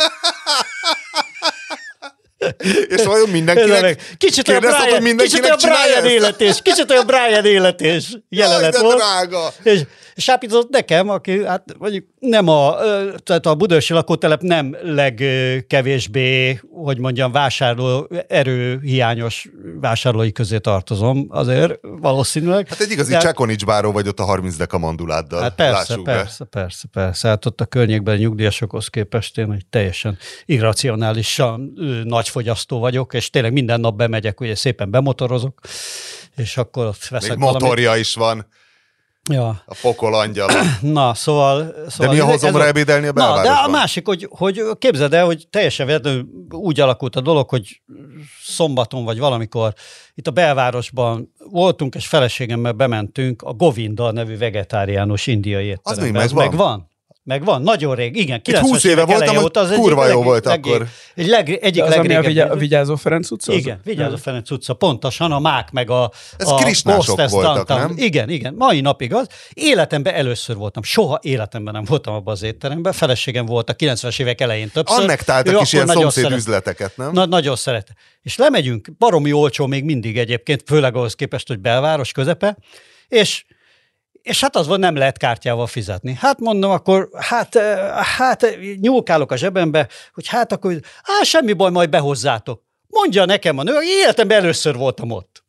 És vajon mindenkinek kicsit olyan Brian, hogy mindenkinek kicsit olyan Brian életés, kicsit olyan Brian életés jelenet volt. Drága. És sápított nekem, aki hát mondjuk nem a, tehát a budaörsi lakótelep nem legkevésbé, hogy mondjam, vásárló, erőhiányos vásárlói közé tartozom, azért valószínűleg. Hát egy igazi de... Csekonics báró vagy ott a harminc deka manduláddal. Hát persze, persze, persze, persze. Hát ott a környékben a nyugdíjasokhoz képest én egy teljesen irracionálisan nagy fogyasztó vagyok, és tényleg minden nap bemegyek, ugye szépen bemotorozok, és akkor ott veszek még motorja valamit. is van. Ja. A pokol angyala. Na, szóval... szóval de mi a hozomra ebédelni a belvárosban? Na, de a másik, hogy, hogy képzeld el, hogy teljesen véletlenül úgy alakult a dolog, hogy szombaton vagy valamikor itt a belvárosban voltunk, és feleségemmel bementünk a Govinda nevű vegetáriánus indiai étterembe. Az még megvan? Megvan. Megvan, nagyon rég, igen. húsz éve voltam, hogy az kurva jó volt leg, akkor. Egy leg, egyik az, legrégebbi. Ami a, a Vigyázó Ferenc utca? Igen, Vigyázó Ferenc utca, pontosan a mák meg a... Ez krisnások voltak, nem? Igen, igen, mai napig az. Életemben először voltam, soha életemben nem voltam abban az étteremben, feleségem volt a kilencvenes évek elején többször. Annektáltak is ilyen szomszéd üzleteket, nem? Na, nagyon szeret. És lemegyünk, baromi olcsó még mindig egyébként, főleg ahhoz képest, hogy belváros közepe, és És hát az van, nem lehet kártyával fizetni. Hát mondom, akkor hát, hát nyúlkálok a zsebembe, hogy hát akkor, hát semmi baj, majd behozzátok. Mondja nekem a nő, életemben először voltam ott.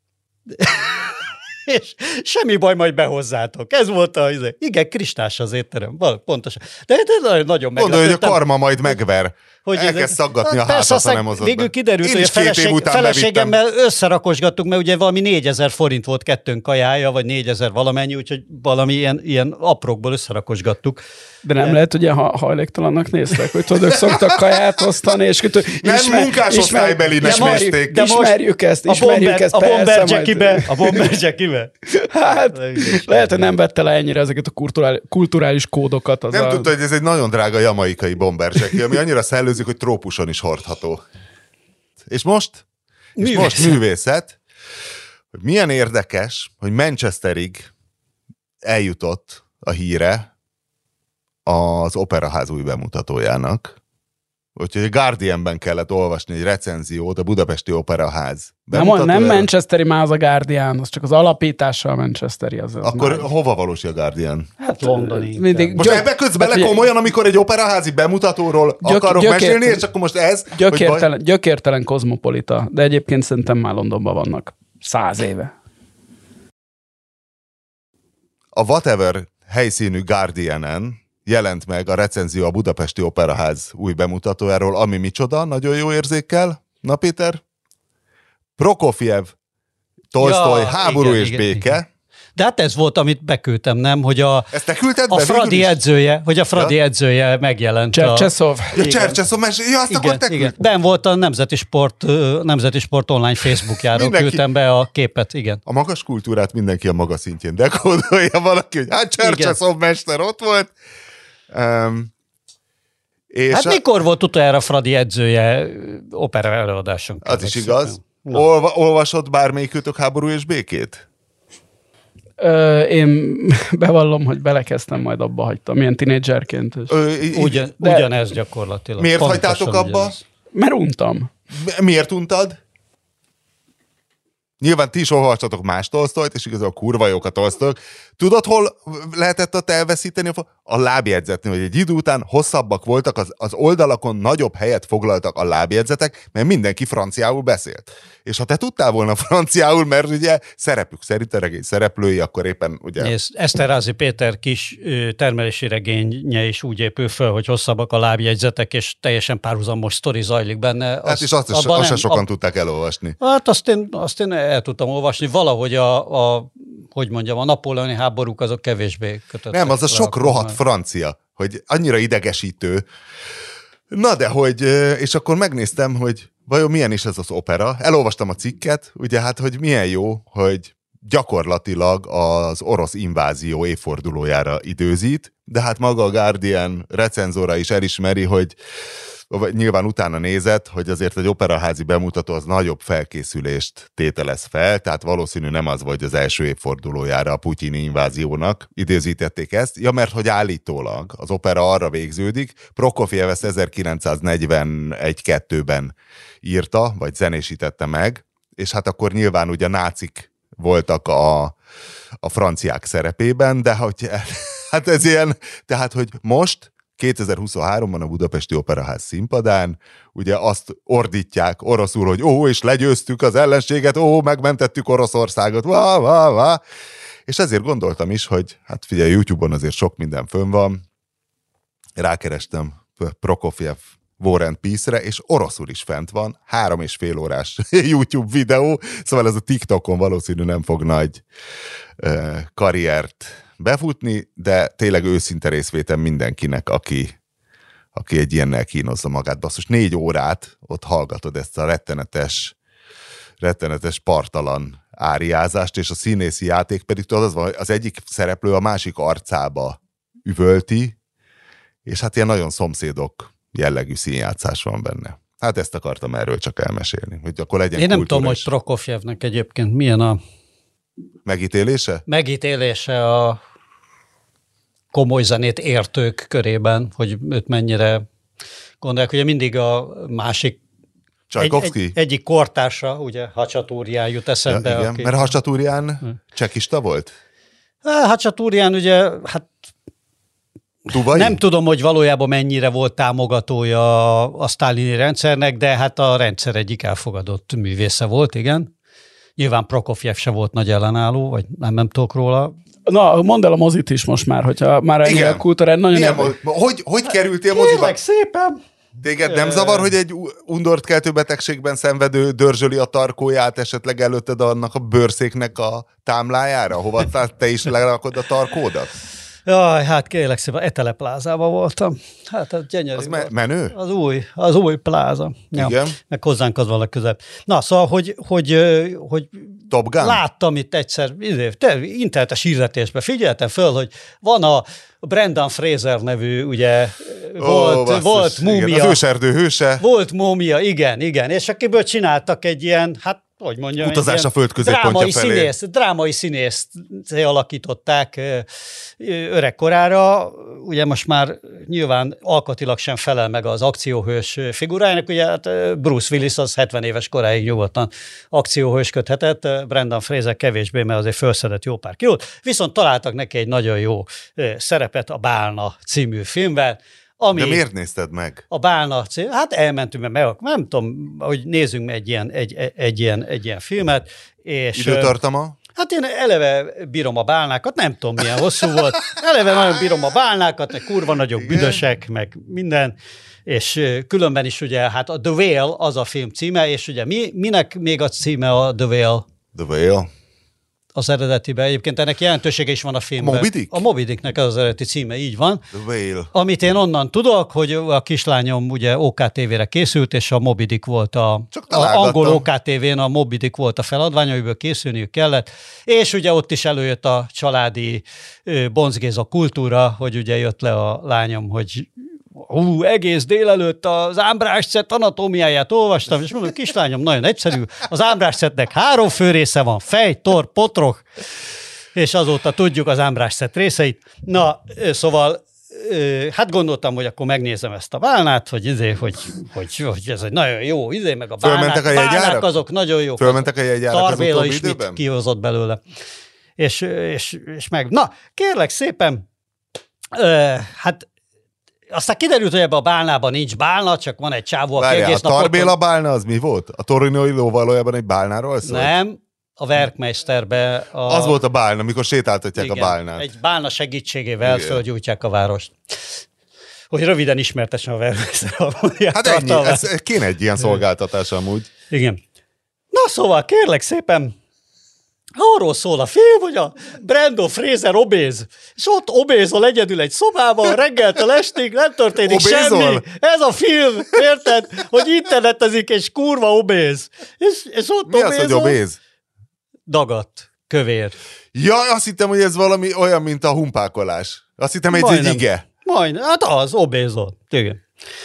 És semmi baj, majd behozzátok. Ez volt a, igen, kristás az étterem, pontosan. De, de nagyon meglepődtem. Mondod, hogy a karma majd megver. Hogy elkezd szaggatni a hátat, ha nem hozott végül kiderült, hogy a feleség, feleségemmel összerakosgattuk, mert ugye valami négyezer forint volt kettőnk kajája, vagy négyezer valamennyi, úgyhogy valami ilyen, ilyen aprókból összerakosgattuk. De nem De... lehet, hogy ilyen hajléktalannak néztek, hogy tudod, szoktak kaját osztani, és hogy nem ismer, munkásosztálybelinek nézték. De ismerjük ezt, ismerjük a ezt. A Bomber Jackie-be, a Bomber Jackie-be. Hát, lehet, hogy nem vette le ennyire ezeket a kulturális, kulturális kódokat. Az nem a... tudta, hogy ez egy nagyon drága jamaikai Bomber Jackie, ami annyira szellőzik, hogy trópuson is hordható. És most? És művészet. most művészet. Hogy milyen érdekes, hogy Manchesterig eljutott a híre az Operaház új bemutatójának. Úgyhogy a Guardianben kellett olvasni egy recenziót a Budapesti Operaház bemutatójának. Nem, nem Manchesteri már az a Guardian, az csak az alapítása a Manchesteri. Az az Akkor már... hova valósi a Guardian? Hát londoni. Mindig, most gyök... ebbe kötsz bele komolyan, amikor egy operaházi bemutatóról gyök, akarok gyökértelen, mesélni, és akkor most ez... Gyökértelen, baj... gyökértelen kozmopolita, de egyébként szerintem már Londonban vannak. Száz éve. A Whatever helyszínű Guardianen jelent meg a recenzió a Budapesti Operaház új bemutatójáról, ami micsoda, nagyon jó érzékkel. Na Péter? Prokofjev, Tolsztoj, ja, háború igen, és igen, béke. Igen. De hát ez volt, amit beküldtem, nem? Hogy a, Ezt te küldted a be, Fradi edzője, hogy a Fradi ja. edzője megjelent. Csercseszov. Ja, Csercseszov, ja, azt igen, akkor te igen. Ben volt a Nemzeti Sport, Nemzeti Sport online Facebookjáról, küldtem be a képet, igen. A magas kultúrát mindenki a maga szintjén dekódolja valaki, hogy hát Csercseszov mester ott volt. Um, és hát a... mikor volt utoljára Fradi edzője opera előadáson? Az is igaz. Olva, olvasott bármelyikőtök háború és békét? Ö, én bevallom, hogy belekezdtem, majd abba hagytam, milyen tinédzserként. Ugyan, de... Ugyanez gyakorlatilag. Miért hagytátok abba? Ugyanez. Mert untam. Miért untad? Nyilván ti is olvastatok más Tolsztojt, és igazából kurva jók a Tolsztojok. Tudod, hol lehetett ott elveszíteni? A lábjegyzetnél, hogy egy idő után hosszabbak voltak, az, az oldalakon nagyobb helyet foglaltak a lábjegyzetek, mert mindenki franciául beszélt. És ha te tudtál volna franciául, mert ugye szerepük szerint a regény szereplői, akkor éppen ugye... És Esterházy Péter kis termelési regénye is úgy épül föl, hogy hosszabbak a lábjegyzetek, és teljesen párhuzamos sztori zajlik benne. Hát és azt, azt nem, se sokan a... tudták elolvasni. Hát azt én, azt én el tudtam olvasni. Valahogy a, a hogy mondjam, a napóleoni háborúk azok kevésbé kötöttek. Nem, az a sok rohadt francia, hogy annyira idegesítő. Na de hogy, és akkor megnéztem, hogy vajon milyen is ez az opera. Elolvastam a cikket, ugye hát, hogy milyen jó, hogy gyakorlatilag az orosz invázió évfordulójára időzít, de hát maga a Guardian recenzora is elismeri, hogy nyilván utána nézett, hogy azért egy operaházi bemutató az nagyobb felkészülést tételez fel, tehát valószínű nem az vagy az első évfordulójára a putyini inváziónak időzítették ezt, ja, mert hogy állítólag az opera arra végződik, Prokofjev ezt ezerkilencszáznegyvenegy-kettőben írta, vagy zenésítette meg, és hát akkor nyilván ugye nácik voltak a, a franciák szerepében, de hogy hát ez ilyen, tehát hogy most kétezer-huszonháromban a Budapesti Operaház színpadán ugye azt ordítják oroszul, hogy ó, és legyőztük az ellenséget, ó, megmentettük Oroszországot, vá, vá, vá. És ezért gondoltam is, hogy hát figyelj, YouTube-on azért sok minden fönn van. Rákerestem Prokofjev War and Peace-re, és oroszul is fent van, három és fél órás YouTube videó, szóval ez a TikTokon valószínű nem fog nagy uh, karriert befutni, de tényleg őszinte részvétel mindenkinek, aki, aki egy ilyennel kínozza magát. Basszus, négy órát ott hallgatod ezt a rettenetes, rettenetes partalan áriázást, és a színészi játék pedig tudod, az van, hogy az egyik szereplő a másik arcába üvölti, és hát ilyen nagyon szomszédok jellegű színjátszás van benne. Hát ezt akartam erről csak elmesélni, hogy akkor legyen Én nem tudom, is. Hogy Prokofjevnek egyébként milyen a megítélése? Megítélése a komoly zenét értők körében, hogy őt mennyire gondolják. Ugye mindig a másik egy, egy, egyik kortársa, ugye Hacsatúrián jut eszembe. Ja, igen, aki... mert Hacsatúrián hm. csekista volt? Hacsatúrián ugye, hát Tuvai? Nem tudom, hogy valójában mennyire volt támogatója a sztálini rendszernek, de hát a rendszer egyik elfogadott művésze volt, igen. Nyilván Prokofjev se volt nagy ellenálló, vagy nem, nem tudok róla. Na, mondd el a mozit is most már, hogyha már ennyi a kultúrán nagyon... Érde... Hogy, hogy kerültél moziba? Kérlek szépen! Téged nem zavar, hogy egy undort keltő betegségben szenvedő dörzsöli a tarkóját esetleg előtted annak a bőrszéknek a támlájára, hova te is lerakod a tarkódat? Jaj, hát kérlek szépen, Etele plázában voltam. Hát ez gyönyörű. Az me- menő? Az új, az új pláza. Ja, igen. Meg hozzánk az valaki közebb. Na, szóval, hogy, hogy, hogy Top Gun? Láttam itt egyszer, te, internetes hirdetésben, figyeltem föl, hogy van a Brendan Fraser nevű, ugye, volt, Ó, volt múmia. Igen, az őserdő hőse. Volt múmia, igen, igen. És akiből csináltak egy ilyen, hát hogy mondjam, utazás a föld középpontja felé. Színész, drámai színészt alakították öregkorára. Ugye most már nyilván alkatilag sem felel meg az akcióhős figurájának. Ugye hát Bruce Willis az hetven éves koráig nyugodtan akcióhősködhetett, Brendan Fraser kevésbé, mert azért felszedett jó pár kilót. Viszont találtak neki egy nagyon jó szerepet a Bálna című filmben. Ami de miért nézted meg? A Bálna cím, hát elmentünk, mert nem tudom, hogy nézzünk meg egy ilyen, egy, egy, ilyen, egy ilyen filmet. És időtartama? Hát én eleve bírom a bálnákat, nem tudom milyen hosszú volt, eleve nagyon bírom a bálnákat, meg kurva nagyok, igen, büdösek, meg minden, és különben is ugye, hát a The Whale az a film címe, és ugye mi, minek még a címe a The Whale? The Whale? Az eredetiben. Egyébként ennek jelentősége is van a filmben. A Moby Dick? A Moby Dicknek az eredeti címe, így van. The Whale. Amit én onnan tudok, hogy a kislányom ugye ó ká té vére készült, és a Moby Dick volt a, a angol ó ká té vén a Moby Dick volt a feladvány, amiből készülniük kellett, és ugye ott is előjött a családi Bonc Géza kultúra, hogy ugye jött le a lányom, hogy hú, egész délelőtt az Ámbrászcett anatómiáját olvastam, és mondom, kislányom, nagyon egyszerű, az Ámbrászcettnek három fő része van, fej, tor, potrok, és azóta tudjuk az Ámbrászcett részeit. Na, szóval, hát gondoltam, hogy akkor megnézem ezt a bálnát, hogy, izé, hogy, hogy, hogy ez egy nagyon jó, izé, meg a bálnák, a bálnák azok nagyon jók. Fölmentek a jegyárak az utóbbi is időben? Mit kihozott belőle. És, és, és meg, na, kérlek szépen, hát aztán kiderült, hogy ebben a bálnában nincs bálna, csak van egy csávó, aki Várjál, egész a napot... Tarbéla bálna az mi volt? A torinói ló valójában egy bálnáról szól? Nem, a Werkmeisterbe... A... Az volt a bálna, amikor sétáltatják igen, a bálnát. egy bálna segítségével igen, fölgyújtják a várost. Hogy röviden ismertesen a Werkmeister. Hát ennyi, ez kéne egy ilyen szolgáltatás amúgy. Igen. Na szóval, kérlek szépen... Arról szól a film, hogy a Brandon Fraser obéz, és ott obézol egyedül egy szobában, reggeltől estig, nem történik obézol? Semmi. Ez a film, érted? Hogy internetezik, és kurva obéz. És, és ott mi obézol? Az, hogy obéz? Dagadt, kövér. Ja, azt hittem, hogy ez valami olyan, mint a humpákolás. Azt hittem, hogy ez egy ige. Majdnem, hát az, obézol. Igen.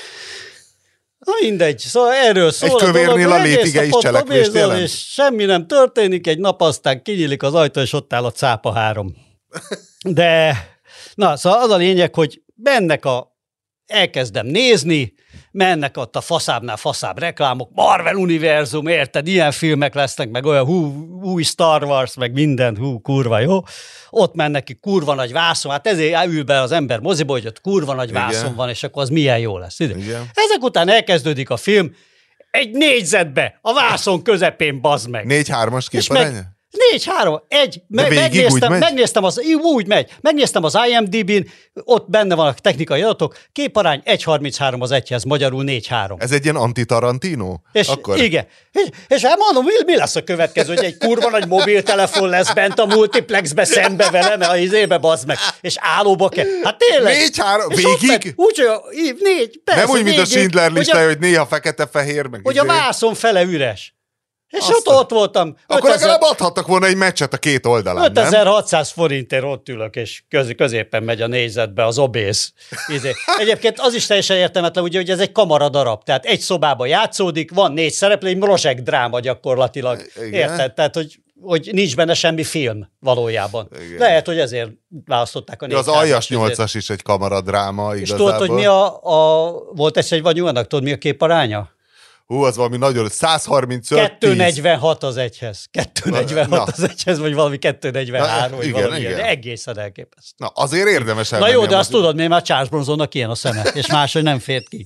Na mindegy, szóval erről szól egy a kövérnél dolog, a létige is cselekvést jelent. És semmi nem történik, egy nap aztán kinyílik az ajtó, és ott áll a cápa három. De, na, szóval az a lényeg, hogy mennek a, elkezdem nézni, mennek ott a faszábbnál faszább reklámok, Marvel univerzum, érted, ilyen filmek lesznek, meg olyan hú, új Star Wars, meg minden, hú, kurva jó. Ott mennek ki kurva nagy vászon, hát ezért ül be az ember moziba, hogy ott kurva nagy vászon igen, van, és akkor az milyen jó lesz. Ezek után elkezdődik a film, egy négyzetbe, a vászon közepén, bazd meg. négy-hármas képaránya? Négy, három, egy, me- megnéztem, megnéztem, az, úgy megy, megnéztem az I M D B-n, ott benne van a technikai adatok, képarány egy harminchárom az egyhez, magyarul négy három. Ez egy ilyen anti-Tarantino? És akkor... igen. És, és hát mondom, mi, mi lesz a következő, hogy egy kurva nagy mobiltelefon lesz bent a multiplexbe szembe vele, mert a izébe bazd meg, és állóba kell. Hát tényleg. négy három, végig? Úgy, hogy négy, persze, nem úgy, mint végig, a Schindler listája, hogy, hogy néha fekete-fehér, meg hogy izé. A vászon fele üres. És azt ott, ott voltam. Akkor legalább adhattak volna egy meccset a két oldalán, ötezer-hatszáz forintért ott ülök, és köz, középen megy a négyzetbe az obéz. Egyébként az is teljesen értelmetlen, ugye, hogy ez egy kamaradarab. Tehát egy szobában játszódik, van négy szereplő, egy projekt dráma gyakorlatilag. Igen. Érted? Tehát, hogy, hogy nincs benne semmi film valójában. Igen. Lehet, hogy ezért választották a négy. Ja, az Aljas nyolcas is egy kamaradráma igazából. És tudod, hogy mi a, a volt egy egy vagy annak, tudod, mi a képaránya? Hú, az valami nagyon, száz harmincöt kettő negyvenhat az egyhez. kettő negyvenhat az egyhez, vagy valami kettő negyvenhárom, vagy igen, valami igen. ilyen. Egészen elképesztő. Na, azért érdemes elmenni. Na jó, de azt tudod, miért már Charles Bronsonnak ilyen a szeme, és máshogy nem fért ki.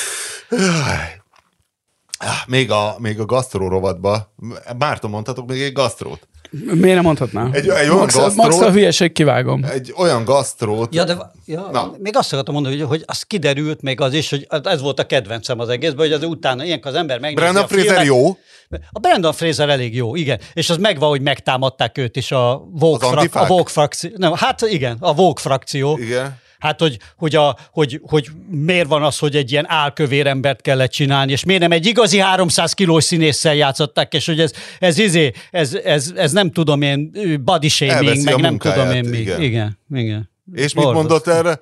Még a, még a gasztró rovatba, Márton, mondhatok még egy gasztrót? Miért nem mondhatnám? Egy, egy olyan Max, gasztrót, Max a hülyeség kivágom. Egy olyan gasztrót. Ja, de ja, még azt akartam mondani, hogy, hogy az kiderült még az is, hogy ez volt a kedvencem az egészben, hogy az utána ilyenkor az ember megnézi Brandon a filmet. Fraser jó? A Brandon Fraser elég jó, igen. És az megvan, hogy megtámadták őt is a Vogue, frak, a Vogue frakció. Nem, hát igen, a Vogue frakció. Igen. Hát, hogy, hogy, a, hogy, hogy miért van az, hogy egy ilyen álkövér embert kellett csinálni, és miért nem egy igazi háromszáz kilós színésszel játszották, és hogy ez, ez, izé, ez, ez, ez nem tudom én, body shaming, meg nem tudom én mi. Igen, igen. igen. És mit mondott erre?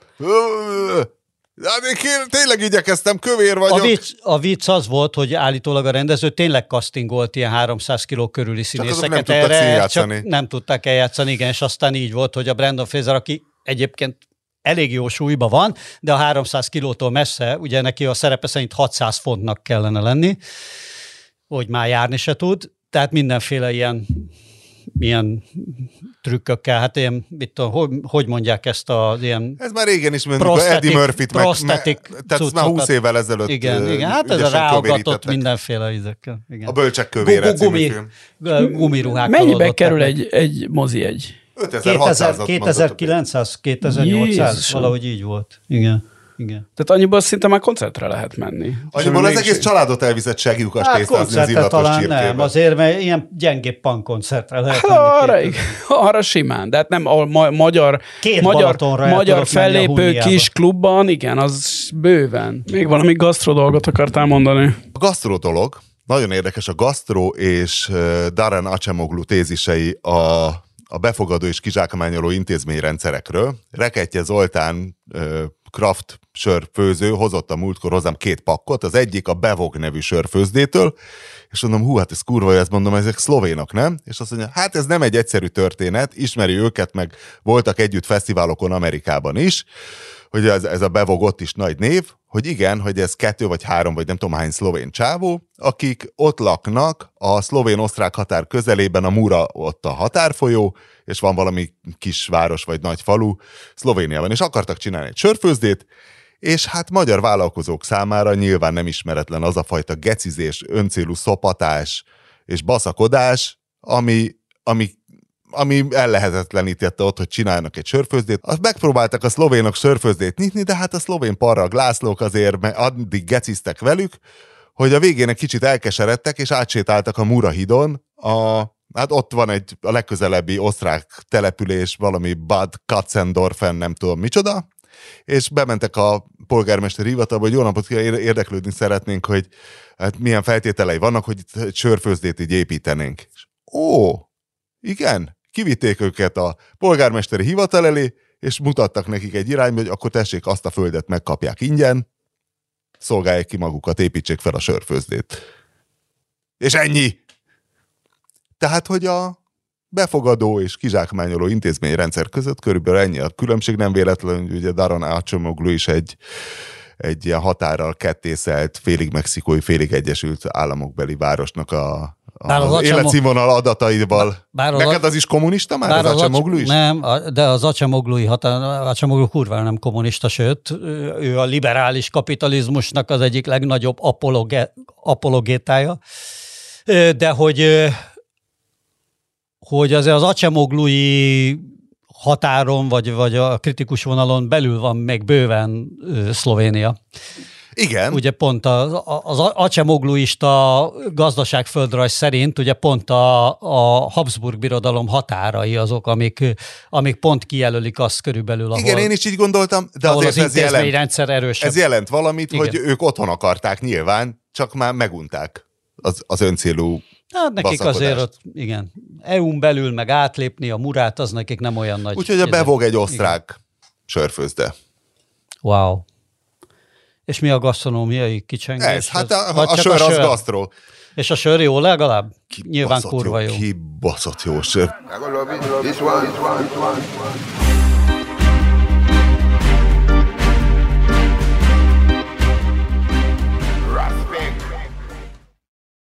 Tényleg igyekeztem, kövér vagyok. A vicc, a vicc az volt, hogy állítólag a rendező tényleg castingolt ilyen háromszáz kiló körüli színészeket. Csak erre, csak nem tudták eljátszani, igen, és aztán így volt, hogy a Brandon Fraser, aki egyébként elég jó súlyban van, de a háromszáz kilótól messze, ugye neki a szerepe szerint hatszáz fontnak kellene lenni, hogy már járni se tud, tehát mindenféle ilyen milyen trükkökkel, hát ilyen, mit tudom, hogy, hogy mondják ezt az ilyen... Ez már régen is mondjuk, Eddie Murphyt meg, meg tehát már húsz évvel ezelőtt igen, igen, hát ez a ráagatott mindenféle ízekkel. Igen. A Bölcsek kövére című film. Gumiruhákkal. Mennyibe kerül egy, egy mozi egy? kétezer-kilencszáz, kétezer-nyolcszáz, valahogy így volt. Igen. Igen. Tehát annyiból szinte már koncertre lehet menni. Annyiból az egész családot elvizett segjukas hát tésztázni az illatos talán csirkébe. Nem, azért, mert ilyen gyengébb punk koncertre lehet hát, arra, arra simán, de hát nem a ma- magyar, magyar, magyar fellépő kis klubban, igen, az bőven. Még valami gasztro dolgot akartál mondani? A gasztro dolog, nagyon érdekes, a gasztro és Daran Acemoglu tézisei a a befogadó és kizsákmányoló intézményrendszerekről. Reketje Zoltán Kraft sörfőző hozott a múltkor hozzám két pakkot, az egyik a Bevog nevű sörfőzdétől, és mondom, hú, hát ez kurva, ezt mondom, ezek szlovénok, nem? És azt mondja, hát ez nem egy egyszerű történet, ismeri őket, meg voltak együtt fesztiválokon Amerikában is, hogy ez, ez a Bevog ott is nagy név, hogy igen, hogy ez kettő vagy három, vagy nem tudom hány szlovén csávó, akik ott laknak a szlovén-osztrák határ közelében, a Mura ott a határfolyó, és van valami kis város vagy nagy falu Szlovéniában, és akartak csinálni egy sörfőzdét, és hát magyar vállalkozók számára nyilván nem ismeretlen az a fajta gecizés, öncélú szopatás és baszakodás, ami, ami ami ellehetetlenítette ott, hogy csinálnak egy sörfőzdét. Azt megpróbáltak a szlovénok sörfőzdét nyitni, de hát a szlovén parrag lászlók azért mert addig geciztek velük, hogy a végén egy kicsit elkeseredtek, és átsétáltak a Mura hídon. A, hát ott van egy a legközelebbi osztrák település, valami Bad Katzendorfen, nem tudom micsoda, és bementek a polgármester hivatalba, hogy jó napot, érdeklődni szeretnénk, hogy hát milyen feltételei vannak, hogy itt egy sörfőzdét így építenénk. És, ó, igen, kivitték őket a polgármesteri hivatal elé, és mutattak nekik egy irányba, hogy akkor tessék, azt a földet megkapják ingyen, szolgálják ki magukat, építsék fel a sörfőzdét. És ennyi! Tehát, hogy a befogadó és kizsákmányoló intézményrendszer között körülbelül ennyi a különbség, nem véletlenül, hogy ugye Daran Acemoglu is egy, egy ilyen határral kettészelt, félig mexikói, félig Egyesült Államokbeli városnak a az, az életszínvonal adataival. Bár az neked az is kommunista már, az, az Acemoglu is? Nem, de az Acemoglui határ, Acemoglu kurvára nem kommunista, sőt, ő a liberális kapitalizmusnak az egyik legnagyobb apologe, apologétája. De hogy, hogy azért az Acemoglui határon, vagy, vagy a kritikus vonalon belül van még bőven Szlovénia. Igen. Ugye pont az, az acemogluista gazdaságföldrajz szerint ugye pont a, a Habsburg birodalom határai azok, amik, amik pont kijelölik azt körülbelül, ahol... Igen, én is így gondoltam, de azért az ez jelent, erősebb. Ez jelent valamit, igen, hogy ők otthon akarták nyilván, csak már megunták az, az öncélú hát nekik azért ott, igen, é u-n belül meg átlépni a Murát, az nekik nem olyan nagy... Úgyhogy a Bevog egy osztrák igen. sörfőzde. Wow. És mi a gasztronómiai kicsengés? Ez, hát a, a, a sör az gasztró. És a sör jó legalább? Nyilván kurva jó. Kibaszott jó sör.